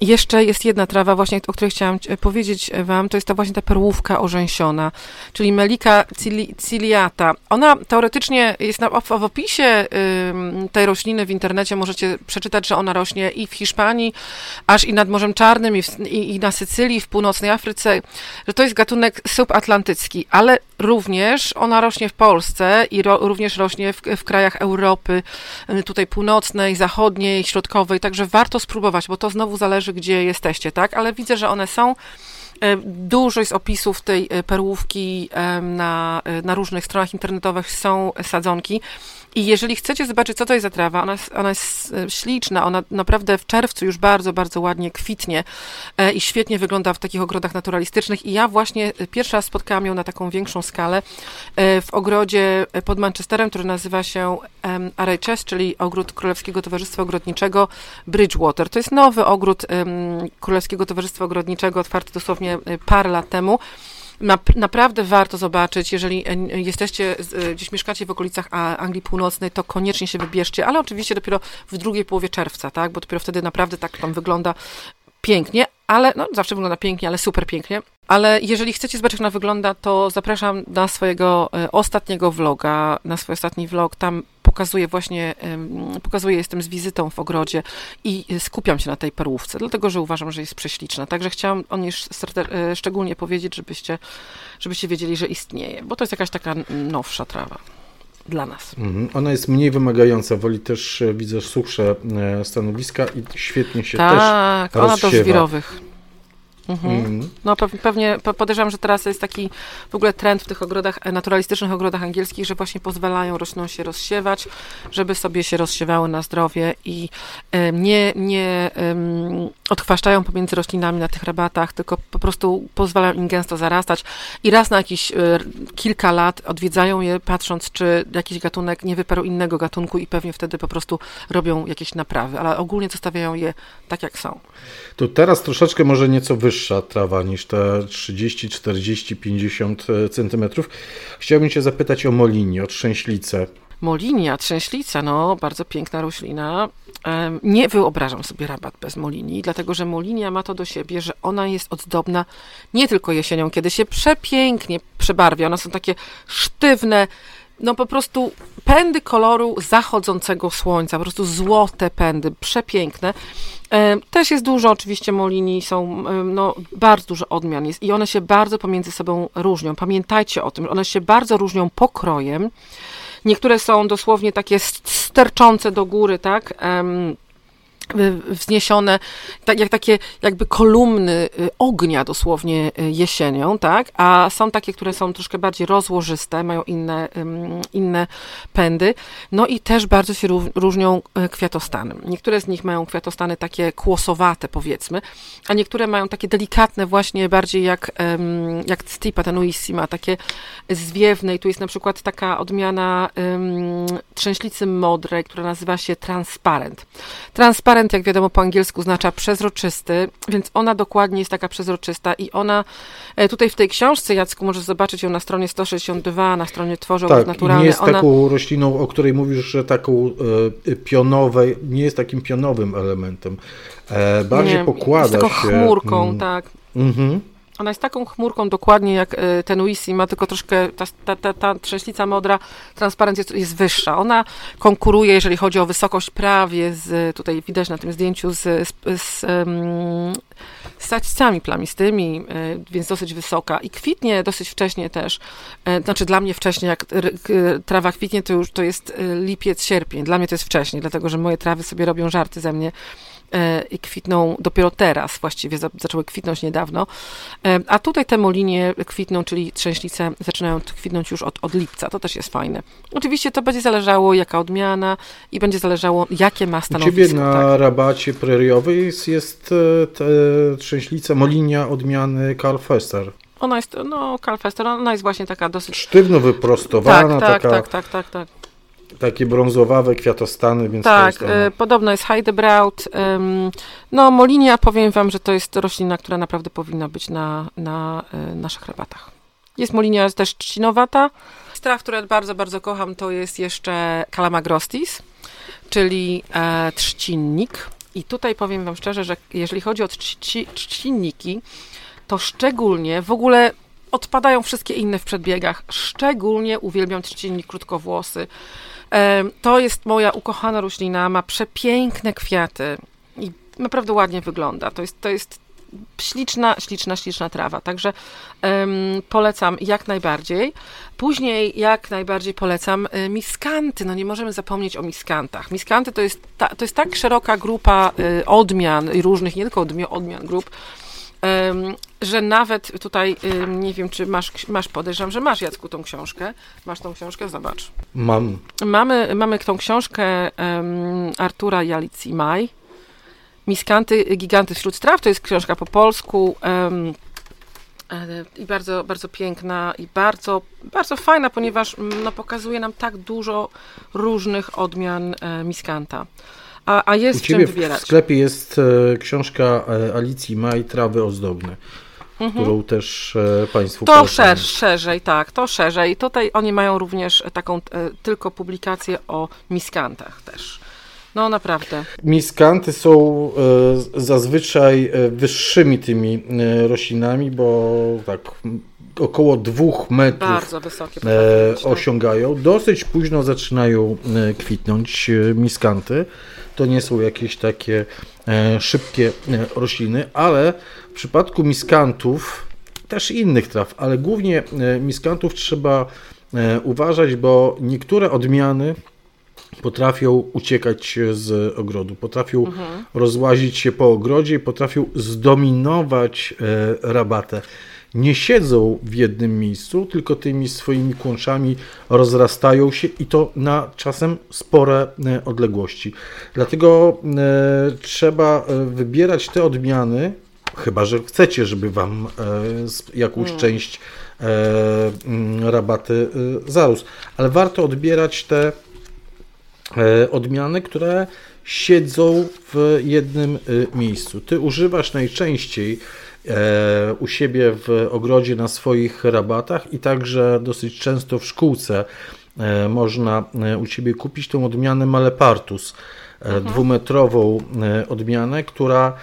Jeszcze jest jedna trawa właśnie, o której chciałam powiedzieć wam, to jest ta właśnie ta perłówka orzęsiona, czyli Melica ciliata. Ona teoretycznie jest w opisie tej rośliny w internecie, możecie przeczytać, że ona rośnie i w Hiszpanii, aż i nad Morzem Czarnym, i na Sycylii, w północnej Afryce, że to jest gatunek subatlantycki, ale również ona rośnie w Polsce i również rośnie w krajach Europy, tutaj północnej, zachodniej, środkowej, także warto spróbować, bo to znowu zależy, gdzie jesteście, tak? Ale widzę, że one są. Dużo jest opisów tej perłówki na różnych stronach internetowych, są sadzonki. I jeżeli chcecie zobaczyć, co to jest za trawa, ona jest śliczna, ona naprawdę w czerwcu już bardzo, bardzo ładnie kwitnie i świetnie wygląda w takich ogrodach naturalistycznych. I ja właśnie pierwszy raz spotkałam ją na taką większą skalę w ogrodzie pod Manchesterem, który nazywa się RHS, czyli Ogród Królewskiego Towarzystwa Ogrodniczego Bridgewater. To jest nowy ogród Królewskiego Towarzystwa Ogrodniczego, otwarty dosłownie parę lat temu. Naprawdę warto zobaczyć, jeżeli jesteście, gdzieś mieszkacie w okolicach Anglii Północnej, to koniecznie się wybierzcie, ale oczywiście dopiero w drugiej połowie czerwca, tak, bo dopiero wtedy naprawdę tak tam wygląda pięknie, ale, no zawsze wygląda pięknie, ale super pięknie. Ale jeżeli chcecie zobaczyć, jak ona wygląda, to zapraszam na swojego ostatniego vloga, na swój ostatni vlog, tam pokazuję, jestem z wizytą w ogrodzie i skupiam się na tej perłówce, dlatego, że uważam, że jest prześliczna. Także chciałam o niej szczególnie powiedzieć, żebyście wiedzieli, że istnieje, bo to jest jakaś taka nowsza trawa dla nas. Ona jest mniej wymagająca, woli też, widzę, suchsze stanowiska i świetnie się też Tak, ona do rozsiewa. żwirowych. No pewnie podejrzewam, że teraz jest taki w ogóle trend w tych ogrodach, naturalistycznych ogrodach angielskich, że właśnie pozwalają roślinom się rozsiewać, żeby sobie się rozsiewały na zdrowie i nie odchwaszczają pomiędzy roślinami na tych rabatach, tylko po prostu pozwalają im gęsto zarastać i raz na jakieś kilka lat odwiedzają je, patrząc, czy jakiś gatunek nie wyparł innego gatunku i pewnie wtedy po prostu robią jakieś naprawy, ale ogólnie zostawiają je tak, jak są. To teraz troszeczkę może nieco wyższa trawa niż te 30, 40, 50 centymetrów. Chciałbym cię zapytać o molinię, o trzęślicę. Molinia, trzęślica, no bardzo piękna roślina. Nie wyobrażam sobie rabat bez molinii, dlatego że molinia ma to do siebie, że ona jest ozdobna nie tylko jesienią, kiedy się przepięknie przebarwia. One są takie sztywne, no po prostu pędy koloru zachodzącego słońca, po prostu złote pędy, przepiękne. Też jest dużo oczywiście molinii, są no, bardzo dużo odmian jest i one się bardzo pomiędzy sobą różnią. Pamiętajcie o tym, one się bardzo różnią pokrojem. Niektóre są dosłownie takie sterczące do góry, tak? Wzniesione, tak jak takie jakby kolumny ognia dosłownie jesienią, tak? A są takie, które są troszkę bardziej rozłożyste, mają inne pędy, no i też bardzo się różnią kwiatostanem. Niektóre z nich mają kwiatostany takie kłosowate, powiedzmy, a niektóre mają takie delikatne właśnie, bardziej jak Stipa tenuissima, takie zwiewne i tu jest na przykład taka odmiana trzęślicy modrej, która nazywa się transparent. Transparent, jak wiadomo, po angielsku oznacza przezroczysty, więc ona dokładnie jest taka przezroczysta i ona tutaj w tej książce, Jacku, możesz zobaczyć ją na stronie 162, na stronie Tworzę Ogród Naturalny. Nie jest taką rośliną, o której mówisz, że taką pionowej, nie jest takim pionowym elementem. Bardziej pokłada się. Jest taką chmurką, tak. Ona jest taką chmurką dokładnie jak tenuissima, tylko troszkę ta trzęślica modra, transparent jest wyższa. Ona konkuruje, jeżeli chodzi o wysokość, prawie tutaj widać na tym zdjęciu, z sadźcami plamistymi, więc dosyć wysoka i kwitnie dosyć wcześnie też. Znaczy dla mnie wcześnie, jak trawa kwitnie, to jest lipiec, sierpień. Dla mnie to jest wcześnie, dlatego że moje trawy sobie robią żarty ze mnie i kwitną dopiero teraz, właściwie zaczęły kwitnąć niedawno. A tutaj te molinie kwitną, czyli trzęślice zaczynają kwitnąć już od lipca. To też jest fajne. Oczywiście to będzie zależało, jaka odmiana i będzie zależało, jakie ma stanowisko. U Ciebie na rabacie preriowej jest trzęślica, molinia odmiany Carlfester. Ona jest, Carlfester, ona jest właśnie taka dosyć... Sztywno wyprostowana, tak. Takie brązowawe kwiatostany, więc tak, to jest podobno jest Heidebraut. No, molinia, powiem wam, że to jest roślina, która naprawdę powinna być na naszych rabatach. Jest molinia też trzcinowata. Traw, które bardzo, bardzo kocham, to jest jeszcze Calamagrostis, czyli trzcinnik. I tutaj powiem wam szczerze, że jeżeli chodzi o trzcinniki, to szczególnie w ogóle odpadają wszystkie inne w przedbiegach. Szczególnie uwielbiam trzcinnik krótkowłosy. To jest moja ukochana roślina, ma przepiękne kwiaty i naprawdę ładnie wygląda. To jest śliczna trawa, także polecam jak najbardziej. Później jak najbardziej polecam miskanty. No nie możemy zapomnieć o miskantach. Miskanty to jest tak szeroka grupa odmian i różnych, nie tylko odmian grup, że nawet tutaj, nie wiem, czy masz, podejrzewam, że masz, Jacku, tą książkę. Masz tą książkę? Zobacz. Mam. Mamy tą książkę Artura i Alicji Maj. Miskanty, giganty wśród traw, to jest książka po polsku i bardzo, bardzo piękna i bardzo, bardzo fajna, ponieważ pokazuje nam tak dużo różnych odmian miskanta. A jest czym wybierać. W sklepie jest książka Alicji Maj, Trawy ozdobne, którą też Państwu polecam. Szerzej, tak, to szerzej. Tutaj oni mają również taką tylko publikację o miskantach też. No naprawdę. Miskanty są zazwyczaj wyższymi tymi roślinami, bo tak około 2 metrów bardzo wysokie osiągają. Dosyć późno zaczynają kwitnąć miskanty. To nie są jakieś takie szybkie rośliny, ale w przypadku miskantów, też innych traw, ale głównie miskantów trzeba uważać, bo niektóre odmiany potrafią uciekać z ogrodu, potrafią rozłazić się po ogrodzie i potrafią zdominować rabatę. Nie siedzą w jednym miejscu, tylko tymi swoimi kłączami rozrastają się i to na czasem spore odległości. Dlatego trzeba wybierać te odmiany, chyba że chcecie, żeby Wam jakąś część rabaty zarósł, ale warto odbierać te odmiany, które siedzą w jednym miejscu. Ty używasz najczęściej u siebie w ogrodzie na swoich rabatach i także dosyć często w szkółce można u Ciebie kupić tą odmianę Malepartus, 2-metrową odmianę, która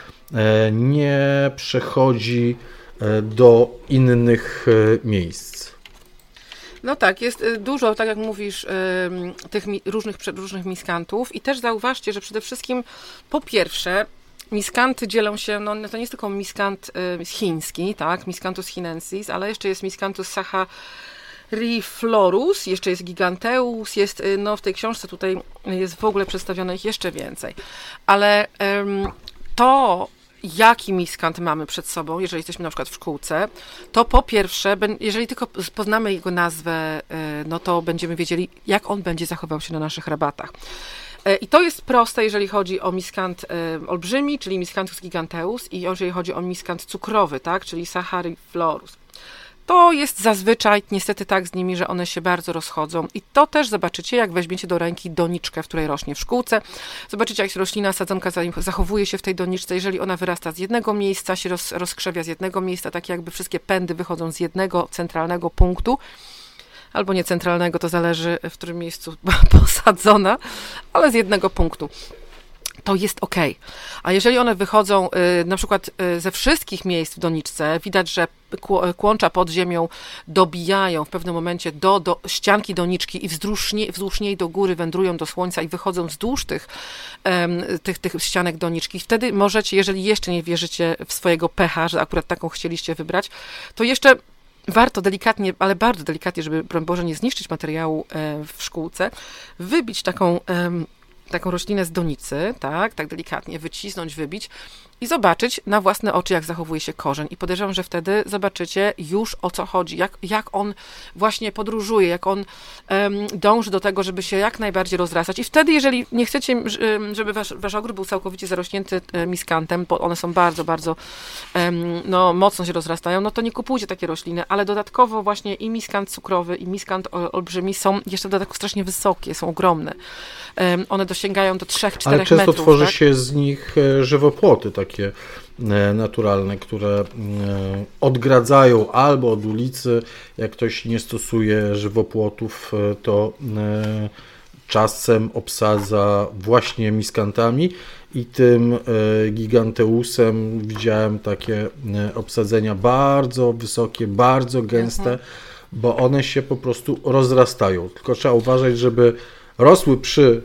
nie przechodzi do innych miejsc. No tak, jest dużo, tak jak mówisz, tych różnych miskantów i też zauważcie, że przede wszystkim po pierwsze miskanty dzielą się, no to nie jest tylko miskant chiński, tak, Miscanthus chinensis, ale jeszcze jest Miscanthus sahariflorus, jeszcze jest Giganteus, jest, no w tej książce tutaj jest w ogóle przedstawione ich jeszcze więcej, ale to jaki miskant mamy przed sobą, jeżeli jesteśmy na przykład w szkółce, to po pierwsze, jeżeli tylko poznamy jego nazwę, no to będziemy wiedzieli, jak on będzie zachował się na naszych rabatach. I to jest proste, jeżeli chodzi o miskant olbrzymi, czyli Miscanthus giganteus i jeżeli chodzi o miskant cukrowy, tak, czyli Sahariflorus. To jest zazwyczaj niestety tak z nimi, że one się bardzo rozchodzą i to też zobaczycie, jak weźmiecie do ręki doniczkę, w której rośnie w szkółce. Zobaczycie, jak roślina, sadzonka zachowuje się w tej doniczce. Jeżeli ona wyrasta z jednego miejsca, się rozkrzewia z jednego miejsca, tak jakby wszystkie pędy wychodzą z jednego centralnego punktu, albo nie centralnego, to zależy, w którym miejscu posadzona, ale z jednego punktu. To jest ok. A jeżeli one wychodzą na przykład ze wszystkich miejsc w doniczce, widać, że kłącza pod ziemią dobijają w pewnym momencie do ścianki doniczki i wzdłuż niej do góry wędrują do słońca i wychodzą wzdłuż tych ścianek doniczki. Wtedy możecie, jeżeli jeszcze nie wierzycie w swojego pecha, że akurat taką chcieliście wybrać, to jeszcze warto delikatnie, ale bardzo delikatnie, żeby, broń Boże, nie zniszczyć materiału w szkółce, wybić taką roślinę z donicy, tak delikatnie wycisnąć, wybić i zobaczyć na własne oczy, jak zachowuje się korzeń. I podejrzewam, że wtedy zobaczycie już, o co chodzi, jak on właśnie podróżuje, jak on dąży do tego, żeby się jak najbardziej rozrastać. I wtedy, jeżeli nie chcecie, żeby wasz ogród był całkowicie zarośnięty miskantem, bo one są bardzo, bardzo mocno się rozrastają, no to nie kupujcie takie rośliny, ale dodatkowo właśnie i miskant cukrowy, i miskant olbrzymi są jeszcze w dodatku strasznie wysokie, są ogromne. One dosięgają do 3-4 metrów. Ale często tworzy tak? się z nich żywopłoty takie naturalne, które odgradzają albo od ulicy, jak ktoś nie stosuje żywopłotów, to czasem obsadza właśnie miskantami i tym giganteusem widziałem takie obsadzenia bardzo wysokie, bardzo gęste, bo one się po prostu rozrastają. Tylko trzeba uważać, żeby rosły przy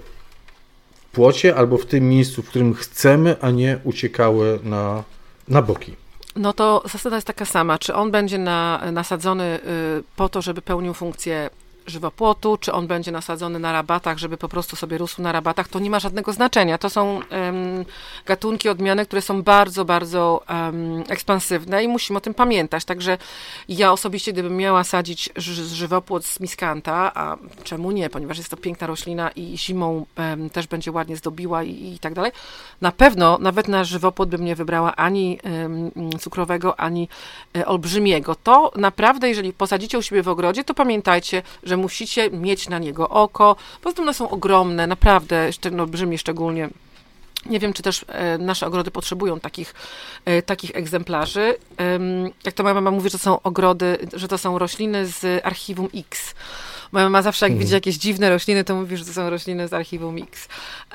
płocie albo w tym miejscu, w którym chcemy, a nie uciekały na boki. No to zasada jest taka sama, czy on będzie nasadzony po to, żeby pełnił funkcję żywopłotu, czy on będzie nasadzony na rabatach, żeby po prostu sobie rósł na rabatach, to nie ma żadnego znaczenia. To są gatunki, odmiany, które są bardzo, bardzo ekspansywne i musimy o tym pamiętać. Także ja osobiście, gdybym miała sadzić żywopłot z miskanta, a czemu nie, ponieważ jest to piękna roślina i zimą też będzie ładnie zdobiła i tak dalej, na pewno nawet na żywopłot bym nie wybrała ani cukrowego, ani olbrzymiego. To naprawdę, jeżeli posadzicie u siebie w ogrodzie, to pamiętajcie, że musicie mieć na niego oko, bo one są ogromne, naprawdę, olbrzymie szczególnie. Nie wiem, czy też nasze ogrody potrzebują takich egzemplarzy. Jak to moja mama mówi, że to są ogrody, że to są rośliny z archiwum X. Moja mama zawsze, jak widzi jakieś dziwne rośliny, to mówi, że to są rośliny z archiwum X.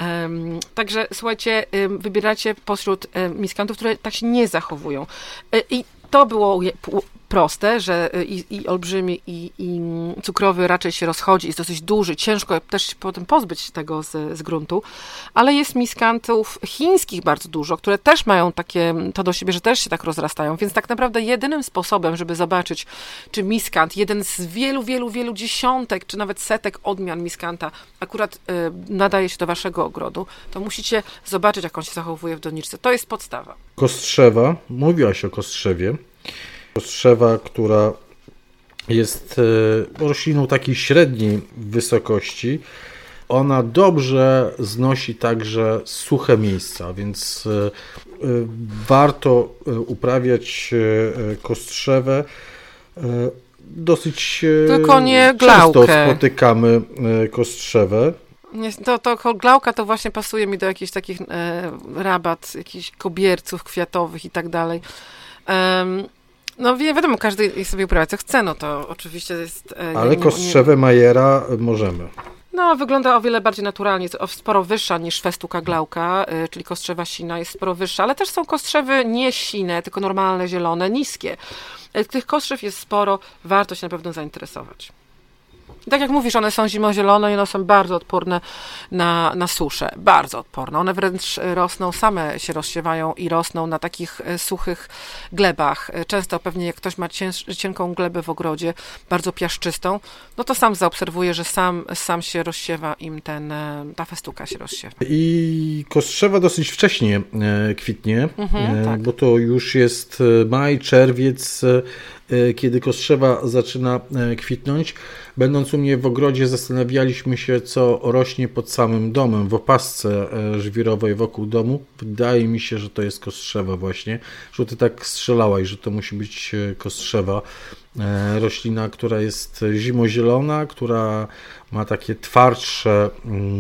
Także słuchajcie, wybieracie pośród miskantów, które tak się nie zachowują. I to było proste, że i olbrzymi, i cukrowy raczej się rozchodzi, jest dosyć duży, ciężko też się potem pozbyć tego z gruntu, ale jest miskantów chińskich bardzo dużo, które też mają to do siebie, że też się tak rozrastają, więc tak naprawdę jedynym sposobem, żeby zobaczyć, czy miskant, jeden z wielu, wielu, wielu dziesiątek, czy nawet setek odmian miskanta akurat nadaje się do waszego ogrodu, to musicie zobaczyć, jak on się zachowuje w doniczce. To jest podstawa. Kostrzewa, mówiłaś o kostrzewie. Kostrzewa, która jest rośliną takiej średniej wysokości, ona dobrze znosi także suche miejsca, więc warto uprawiać kostrzewę. Dosyć tylko nie często glaukę. spotykamy kostrzewę. To glauka to właśnie pasuje mi do jakichś takich rabat, jakichś kobierców kwiatowych i tak dalej. No wiadomo, każdy sobie uprawia co chce, no to oczywiście jest... Ale kostrzewę Majera możemy. No, wygląda o wiele bardziej naturalnie, jest sporo wyższa niż festuca glauka, czyli kostrzewa sina jest sporo wyższa, ale też są kostrzewy nie sine, tylko normalne, zielone, niskie. Tych kostrzew jest sporo, warto się na pewno zainteresować. Tak jak mówisz, one są zimozielone i one są bardzo odporne na suszę. Bardzo odporne. One wręcz rosną, same się rozsiewają i rosną na takich suchych glebach. Często pewnie jak ktoś ma cienką glebę w ogrodzie, bardzo piaszczystą, no to sam zaobserwuje, że sam się rozsiewa im ta festuka się rozsiewa. I kostrzewa dosyć wcześnie kwitnie, tak. Bo to już jest maj, czerwiec, kiedy kostrzewa zaczyna kwitnąć. Będąc u mnie w ogrodzie, zastanawialiśmy się, co rośnie pod samym domem, w opasce żwirowej wokół domu. Wydaje mi się, że to jest kostrzewa właśnie, że ty tak strzelałaś, że to musi być kostrzewa. Roślina, która jest zimozielona, która ma takie twardsze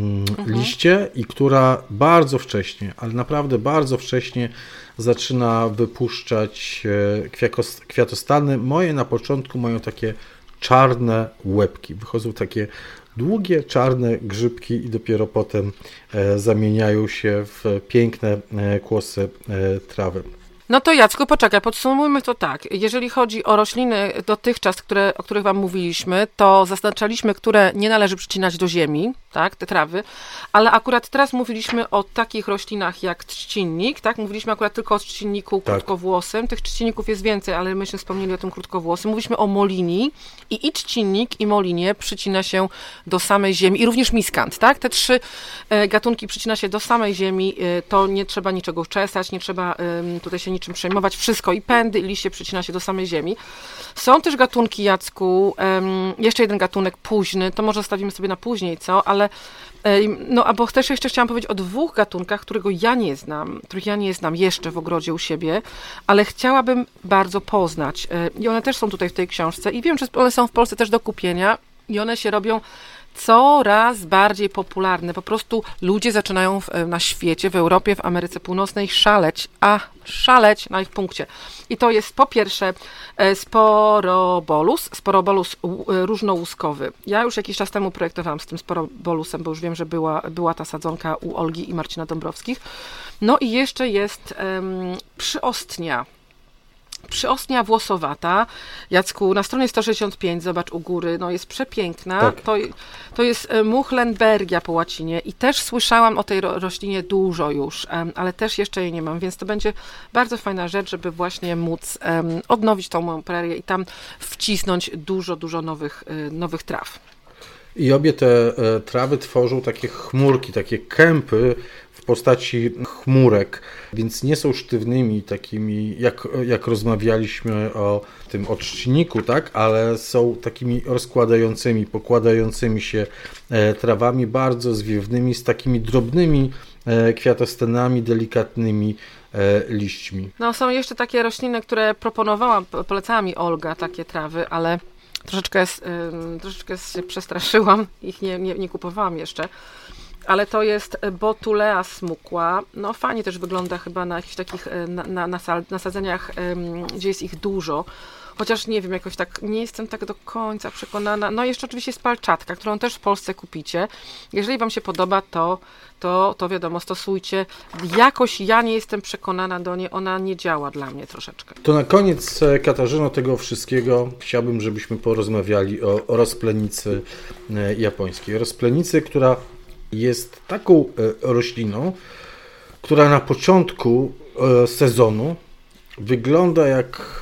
liście i która bardzo wcześnie, ale naprawdę bardzo wcześnie zaczyna wypuszczać kwiatostany. Moje na początku mają takie czarne łebki. Wychodzą takie długie, czarne grzybki i dopiero potem zamieniają się w piękne kłosy trawy. No to Jacku, poczekaj, podsumujmy to tak. Jeżeli chodzi o rośliny dotychczas, o których wam mówiliśmy, to zaznaczaliśmy, które nie należy przycinać do ziemi, tak, te trawy, ale akurat teraz mówiliśmy o takich roślinach jak trzcinnik, tak, mówiliśmy akurat tylko o trzcinniku krótkowłosym, tych trzcinników jest więcej, ale myśmy wspomnieli o tym krótkowłosym, mówiliśmy o molinii i trzcinnik i molinie przycina się do samej ziemi i również miskant, tak, te trzy gatunki przycina się do samej ziemi, to nie trzeba niczego czesać, nie trzeba tutaj się niczym przejmować, wszystko i pędy i liście przycina się do samej ziemi. Są też gatunki, Jacku, jeszcze jeden gatunek późny, to może zostawimy sobie na później, co, ale no, albo też jeszcze chciałam powiedzieć o dwóch gatunkach, których ja nie znam jeszcze w ogrodzie u siebie, ale chciałabym bardzo poznać i one też są tutaj w tej książce i wiem, że one są w Polsce też do kupienia i one się robią coraz bardziej popularne. Po prostu ludzie zaczynają na świecie, w Europie, w Ameryce Północnej szaleć na ich punkcie. I to jest po pierwsze sporobolus różnołuskowy. Ja już jakiś czas temu projektowałam z tym sporobolusem, bo już wiem, że była ta sadzonka u Olgi i Marcina Dąbrowskich. No i jeszcze jest przyostnia. Przyostnia włosowata. Jacku, na stronie 165, zobacz u góry, no jest przepiękna. Tak. To jest Muchlenbergia po łacinie i też słyszałam o tej roślinie dużo już, ale też jeszcze jej nie mam, więc to będzie bardzo fajna rzecz, żeby właśnie móc odnowić tą moją prerię i tam wcisnąć dużo nowych traw. I obie te trawy tworzą takie chmurki, takie kępy w postaci chmurek, więc nie są sztywnymi takimi, jak rozmawialiśmy o tym odczynniku, tak? Ale są takimi rozkładającymi, pokładającymi się trawami, bardzo zwiewnymi, z takimi drobnymi kwiatostenami, delikatnymi liśćmi. No są jeszcze takie rośliny, które polecała mi Olga, takie trawy, ale troszeczkę się przestraszyłam, ich nie kupowałam jeszcze, ale to jest Botulea smukła. No fajnie też wygląda chyba na jakichś takich nasadzeniach, gdzie jest ich dużo. Chociaż nie wiem, jakoś tak nie jestem tak do końca przekonana. No jeszcze oczywiście jest palczatka, którą też w Polsce kupicie. Jeżeli Wam się podoba, to wiadomo, stosujcie. Jakoś ja nie jestem przekonana do niej, ona nie działa dla mnie troszeczkę. To na koniec, Katarzyno, tego wszystkiego chciałbym, żebyśmy porozmawiali o rozplenicy japońskiej. Rozplenicy, która jest taką rośliną, która na początku sezonu wygląda jak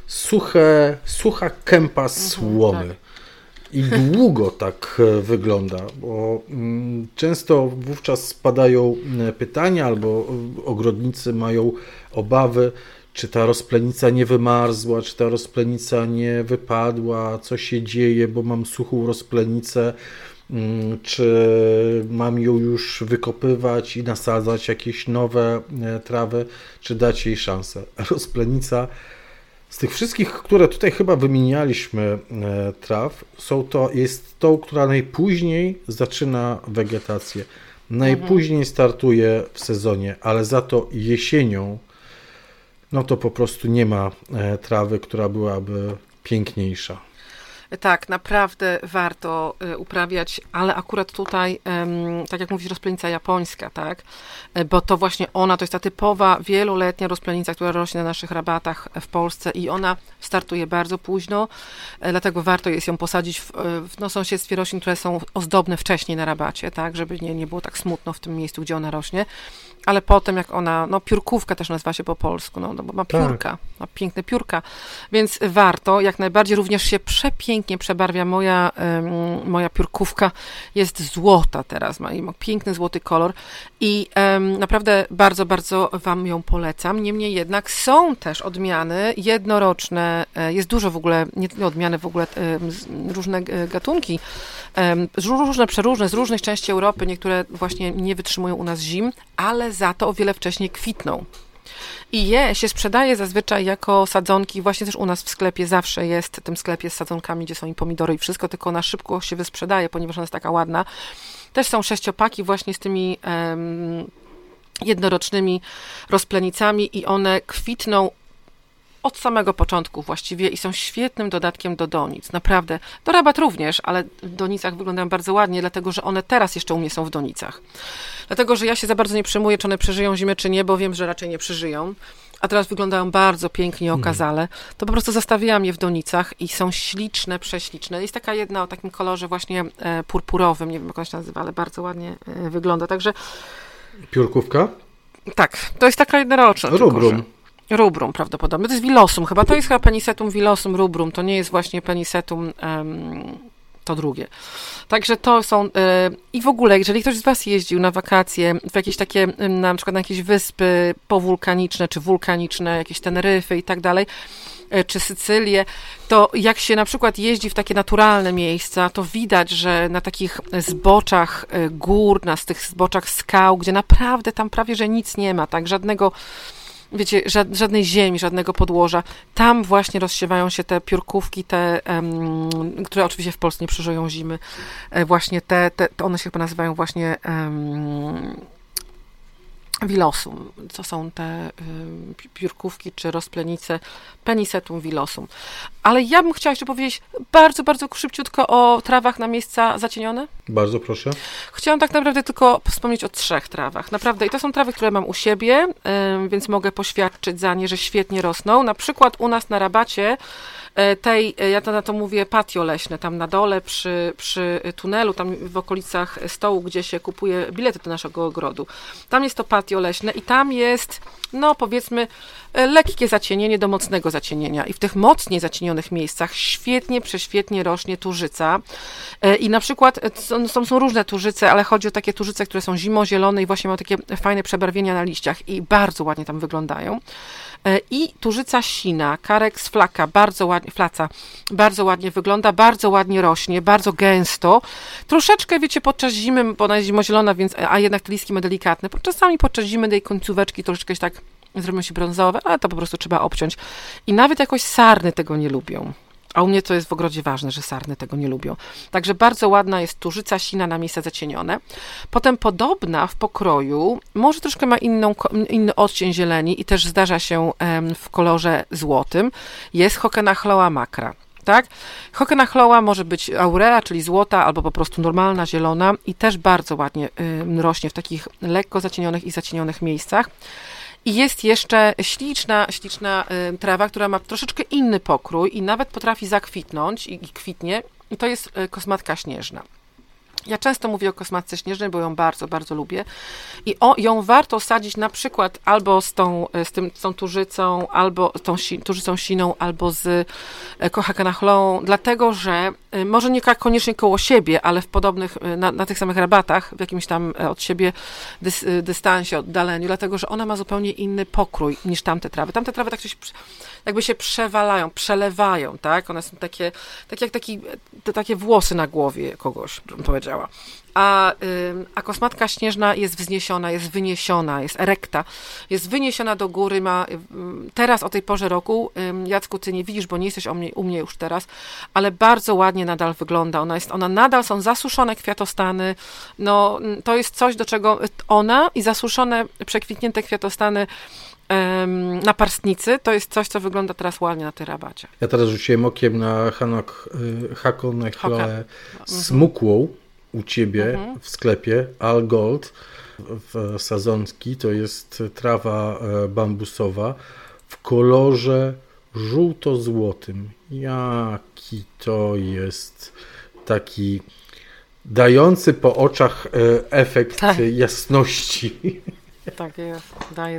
sucha kępa słomy. Tak. I długo tak wygląda, bo często wówczas spadają pytania, albo ogrodnicy mają obawy, czy ta rozplenica nie wymarzła, czy ta rozplenica nie wypadła, co się dzieje, bo mam suchą rozplenicę, czy mam ją już wykopywać i nasadzać jakieś nowe trawy, czy dać jej szansę. Rozplenica z tych wszystkich, które tutaj chyba wymienialiśmy traw, jest tą, która najpóźniej zaczyna wegetację. Najpóźniej startuje w sezonie, ale za to jesienią no to po prostu nie ma trawy, która byłaby piękniejsza. Tak, naprawdę warto uprawiać, ale akurat tutaj, tak jak mówisz, rozplenica japońska, tak? Bo to właśnie ona, to jest ta typowa, wieloletnia rozplenica, która rośnie na naszych rabatach w Polsce i ona startuje bardzo późno, dlatego warto jest ją posadzić w sąsiedztwie roślin, które są ozdobne wcześniej na rabacie, tak? Żeby nie było tak smutno w tym miejscu, gdzie ona rośnie. Ale potem jak ona, piórkówka też nazywa się po polsku, bo ma piórka, tak. Ma piękne piórka, więc warto, jak najbardziej, również się przepięknie przebarwia moja piórkówka, jest złota teraz, ma piękny złoty kolor i naprawdę bardzo, bardzo Wam ją polecam, niemniej jednak są też odmiany jednoroczne, jest dużo w ogóle, nie odmiany w ogóle, różne gatunki, różne, przeróżne, z różnych części Europy, niektóre właśnie nie wytrzymują u nas zim, ale za to o wiele wcześniej kwitną. I się sprzedaje zazwyczaj jako sadzonki, właśnie też u nas w sklepie zawsze jest, w tym sklepie z sadzonkami, gdzie są i pomidory i wszystko, tylko ona szybko się wysprzedaje, ponieważ ona jest taka ładna. Też są 6-paki właśnie z tymi jednorocznymi rozplenicami i one kwitną od samego początku właściwie i są świetnym dodatkiem do donic. Naprawdę. Do rabat również, ale w donicach wyglądają bardzo ładnie, dlatego że one teraz jeszcze u mnie są w donicach. Dlatego, że ja się za bardzo nie przejmuję, czy one przeżyją zimę, czy nie, bo wiem, że raczej nie przeżyją. A teraz wyglądają bardzo pięknie, okazale. To po prostu zostawiłam je w donicach i są śliczne, prześliczne. Jest taka jedna o takim kolorze właśnie purpurowym, nie wiem jak ona się nazywa, ale bardzo ładnie wygląda. Także... Piórkówka? Tak, to jest taka jednoroczna. Rubrum. Rubrum prawdopodobnie. To jest Villosum chyba. To jest chyba Penicetum Villosum rubrum. To nie jest właśnie Penicetum to drugie. Także to są... I w ogóle, jeżeli ktoś z Was jeździł na wakacje w jakieś takie, na przykład na jakieś wyspy powulkaniczne, czy wulkaniczne, jakieś Teneryfy i tak dalej, czy Sycylię, to jak się na przykład jeździ w takie naturalne miejsca, to widać, że na takich zboczach gór, na tych zboczach skał, gdzie naprawdę tam prawie, że nic nie ma, tak, wiecie, żadnej ziemi, żadnego podłoża. Tam właśnie rozsiewają się te piórkówki, które oczywiście w Polsce nie przeżyją zimy. Właśnie to one się chyba nazywają właśnie Villosum. Co są te piórkówki czy rozplenice? Penicetum villosum. Ale ja bym chciała jeszcze powiedzieć bardzo, bardzo szybciutko o trawach na miejsca zacienione. Bardzo proszę. Chciałam tak naprawdę tylko wspomnieć o 3 trawach. Naprawdę. I to są trawy, które mam u siebie, więc mogę poświadczyć za nie, że świetnie rosną. Na przykład u nas na Rabacie ja na to mówię patio leśne, tam na dole przy tunelu, tam w okolicach stołu, gdzie się kupuje bilety do naszego ogrodu. Tam jest to patio leśne i tam jest, no powiedzmy, lekkie zacienienie do mocnego zacienienia. I w tych mocniej zacienionych miejscach prześwietnie rośnie turzyca. I na przykład są różne turzyce, ale chodzi o takie turzyce, które są zimozielone i właśnie mają takie fajne przebarwienia na liściach i bardzo ładnie tam wyglądają. I turzyca sina, Carex flaca, bardzo ładnie wygląda, bardzo ładnie rośnie, bardzo gęsto. Troszeczkę, wiecie, podczas zimy, bo ona jest zimozielona, a jednak te listki ma delikatne. Czasami podczas zimy tej końcóweczki troszeczkę się tak zrobią się brązowe, ale to po prostu trzeba obciąć. I nawet jakoś sarny tego nie lubią. A u mnie to jest w ogrodzie ważne, że sarny tego nie lubią. Także bardzo ładna jest turzyca sina na miejsca zacienione. Potem podobna w pokroju, może troszkę ma inny odcień zieleni i też zdarza się w kolorze złotym, jest Hokenachloa makra. Tak? Hokenachloa może być aurea, czyli złota, albo po prostu normalna, zielona i też bardzo ładnie rośnie w takich lekko zacienionych i zacienionych miejscach. I jest jeszcze śliczna trawa, która ma troszeczkę inny pokrój i nawet potrafi zakwitnąć i kwitnie. I to jest kosmatka śnieżna. Ja często mówię o kosmatce śnieżnej, bo ją bardzo, bardzo lubię. I ją warto sadzić na przykład albo z tą turzycą, albo z tą turzycą siną, albo z Hokenachloą, dlatego że może nie koniecznie koło siebie, ale w podobnych, na tych samych rabatach, w jakimś tam od siebie dystansie, oddaleniu, dlatego że ona ma zupełnie inny pokrój niż tamte trawy. Tamte trawy tak jakby się przewalają, przelewają, tak? One są takie jak takie włosy na głowie kogoś, bym powiedziała. A kosmatka śnieżna jest wzniesiona, jest wyniesiona, jest erekta, jest wyniesiona do góry, teraz o tej porze roku, Jacku, ty nie widzisz, bo nie jesteś u mnie już teraz, ale bardzo ładnie nadal wygląda. Ona nadal są zasuszone kwiatostany, no to jest coś, do czego ona i zasuszone, przekwitnięte kwiatostany na parstnicy, to jest coś, co wygląda teraz ładnie na tej Rabacie. Ja teraz rzuciłem okiem na Hokenachloę smukłą u ciebie w sklepie, All Gold w Sadzonki, to jest trawa bambusowa w kolorze żółto-złotym. Jaki to jest taki dający po oczach efekt jasności. Tak jest,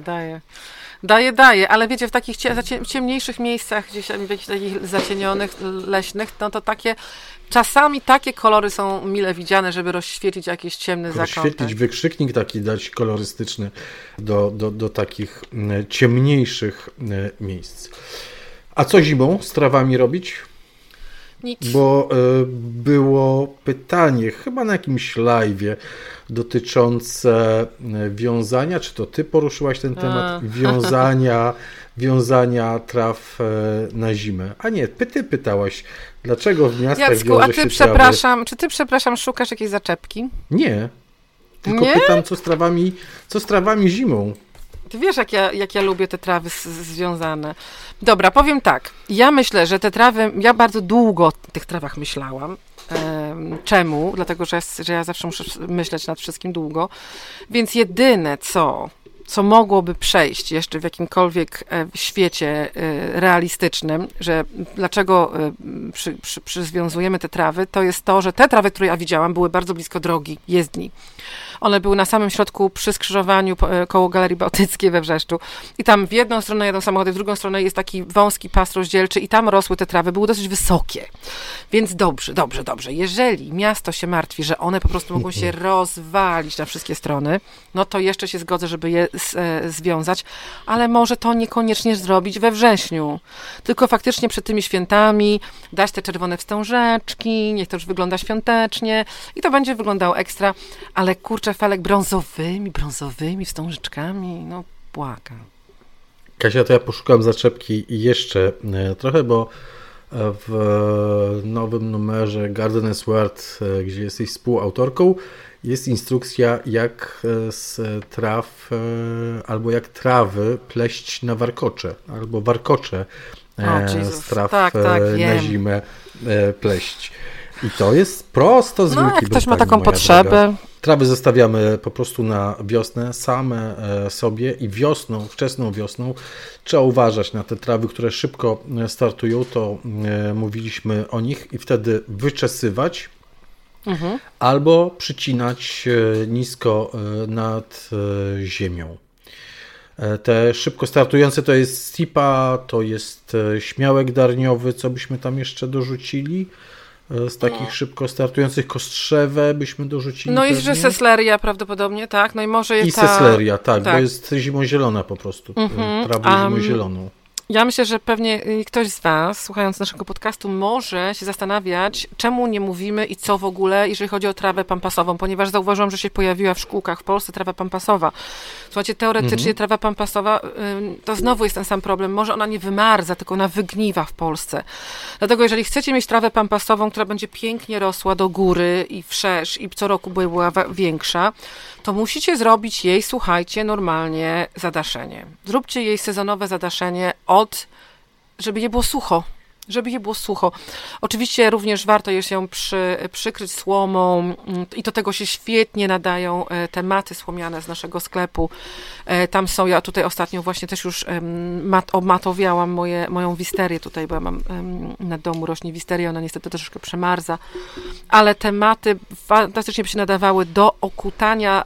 daje, ale wiecie, w takich ciemniejszych miejscach, gdzieś w jakichś takich zacienionych, leśnych, no to czasami takie kolory są mile widziane, żeby rozświetlić jakiś ciemny zakątek. Rozświetlić, wykrzyknik taki dać kolorystyczny do takich ciemniejszych miejsc. A co zimą z trawami robić? Nic. Bo było pytanie, chyba na jakimś live'ie, dotyczące wiązania, czy to ty poruszyłaś ten temat, wiązania traw na zimę. A nie, ty pytałaś, dlaczego w miastach Jacku, wiąże się czy ty, przepraszam, szukasz jakiejś zaczepki? Nie, tylko pytam, co z trawami zimą. Ty wiesz, jak ja lubię te trawy związane. Dobra, powiem tak. Ja myślę, że te trawy, ja bardzo długo o tych trawach myślałam. Czemu? Dlatego, że ja zawsze muszę myśleć nad wszystkim długo. Więc jedyne, co mogłoby przejść jeszcze w jakimkolwiek świecie realistycznym, że dlaczego przywiązujemy te trawy, to jest to, że te trawy, które ja widziałam, były bardzo blisko drogi, jezdni. One były na samym środku przy skrzyżowaniu koło Galerii Bałtyckiej we Wrzeszczu. I tam w jedną stronę jadą samochody, w drugą stronę jest taki wąski pas rozdzielczy i tam rosły te trawy, były dosyć wysokie. Więc dobrze. Jeżeli miasto się martwi, że one po prostu mogą się rozwalić na wszystkie strony, no to jeszcze się zgodzę, żeby je związać, ale może to niekoniecznie zrobić we wrześniu. Tylko faktycznie przed tymi świętami dać te czerwone wstążeczki, niech to już wygląda świątecznie i to będzie wyglądało ekstra, ale kurczę, Felek, brązowymi wstążeczkami, no błagam. Kasia, to ja poszukam zaczepki jeszcze trochę, bo w nowym numerze Gardener's World, gdzie jesteś współautorką, jest instrukcja, jak z traw albo jak trawy pleść na warkocze, albo warkocze z traw na zimę pleść. I to jest prosto z Wielkiej jak ktoś ma Brytanii, taką potrzebę. Droga. Trawy zostawiamy po prostu na wiosnę same sobie i wiosną, wczesną wiosną trzeba uważać na te trawy, które szybko startują, to mówiliśmy o nich i wtedy wyczesywać albo przycinać nisko nad ziemią. Te szybko startujące to jest stipa, to jest śmiałek darniowy, co byśmy tam jeszcze dorzucili. Z takich szybko startujących kostrzewę byśmy dorzucili. No i że sesleria prawdopodobnie, tak? No i może sesleria, tak, bo jest zimozielona po prostu. Trawę zimozieloną. Ja myślę, że pewnie ktoś z Was, słuchając naszego podcastu, może się zastanawiać, czemu nie mówimy i co w ogóle, jeżeli chodzi o trawę pampasową, ponieważ zauważyłam, że się pojawiła w szkółkach w Polsce trawa pampasowa. Słuchajcie, teoretycznie trawa pampasowa, to znowu jest ten sam problem. Może ona nie wymarza, tylko ona wygniwa w Polsce. Dlatego jeżeli chcecie mieć trawę pampasową, która będzie pięknie rosła do góry i wszerz i co roku była większa, to musicie zrobić jej, słuchajcie, normalnie zadaszenie. Zróbcie jej sezonowe zadaszenie żeby je było sucho. Oczywiście również warto je się przykryć słomą i do tego się świetnie nadają te maty słomiane z naszego sklepu. Tam są, ja tutaj ostatnio właśnie też już omatowiałam moją wisterię tutaj, bo ja mam na domu rośnie wisteria, ona niestety troszeczkę przemarza, ale te maty fantastycznie by się nadawały do okutania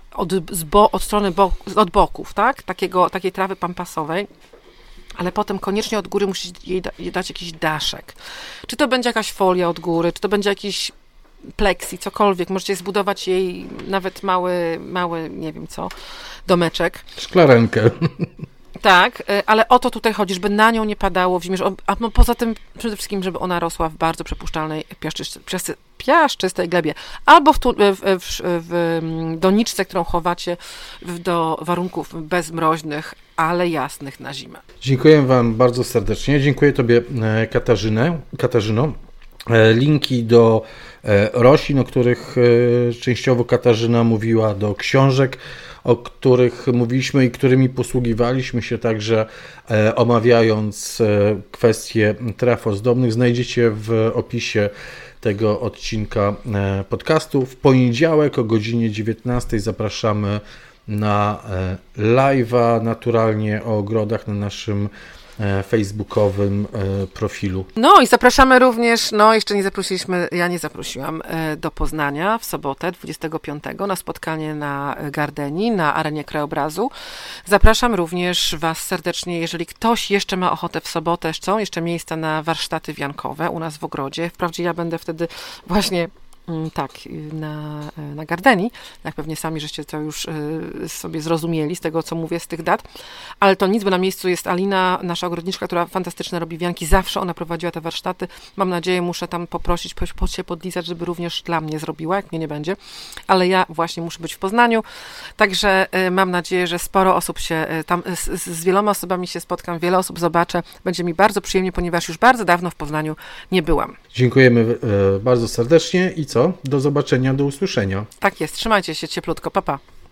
od boków, tak? Takiej trawy pampasowej. Ale potem koniecznie od góry musicie jej dać jakiś daszek. Czy to będzie jakaś folia od góry, czy to będzie jakiś pleksi, cokolwiek. Możecie zbudować jej nawet mały, nie wiem co, domeczek. Szklarenkę. Tak, ale o to tutaj chodzi, żeby na nią nie padało w zimie, a poza tym przede wszystkim, żeby ona rosła w bardzo przepuszczalnej, piaszczystej glebie. Albo w doniczce, którą chowacie do warunków bezmroźnych, ale jasnych na zimę. Dziękuję Wam bardzo serdecznie. Dziękuję Tobie, Katarzyno. Linki do roślin, o których częściowo Katarzyna mówiła, do książek, o których mówiliśmy i którymi posługiwaliśmy się także omawiając kwestie traw ozdobnych, znajdziecie w opisie tego odcinka podcastu. W poniedziałek o godzinie 19 zapraszamy na live'a naturalnie o ogrodach na naszym facebookowym profilu. No i zapraszamy również, jeszcze nie zaprosiliśmy, ja nie zaprosiłam do Poznania w sobotę 25 na spotkanie na Gardeni, na arenie krajobrazu. Zapraszam również Was serdecznie, jeżeli ktoś jeszcze ma ochotę w sobotę, są jeszcze miejsca na warsztaty wiankowe u nas w ogrodzie. Wprawdzie ja będę wtedy właśnie na Gardeni, jak pewnie sami żeście to już sobie zrozumieli z tego, co mówię, z tych dat, ale to nic, bo na miejscu jest Alina, nasza ogrodniczka, która fantastycznie robi wianki, zawsze ona prowadziła te warsztaty, mam nadzieję, muszę tam poprosić, się podlizać, żeby również dla mnie zrobiła, jak mnie nie będzie, ale ja właśnie muszę być w Poznaniu, także mam nadzieję, że sporo osób się tam, z wieloma osobami się spotkam, wiele osób zobaczę, będzie mi bardzo przyjemnie, ponieważ już bardzo dawno w Poznaniu nie byłam. Dziękujemy bardzo serdecznie i co? Do zobaczenia, do usłyszenia. Tak jest, trzymajcie się cieplutko, pa pa.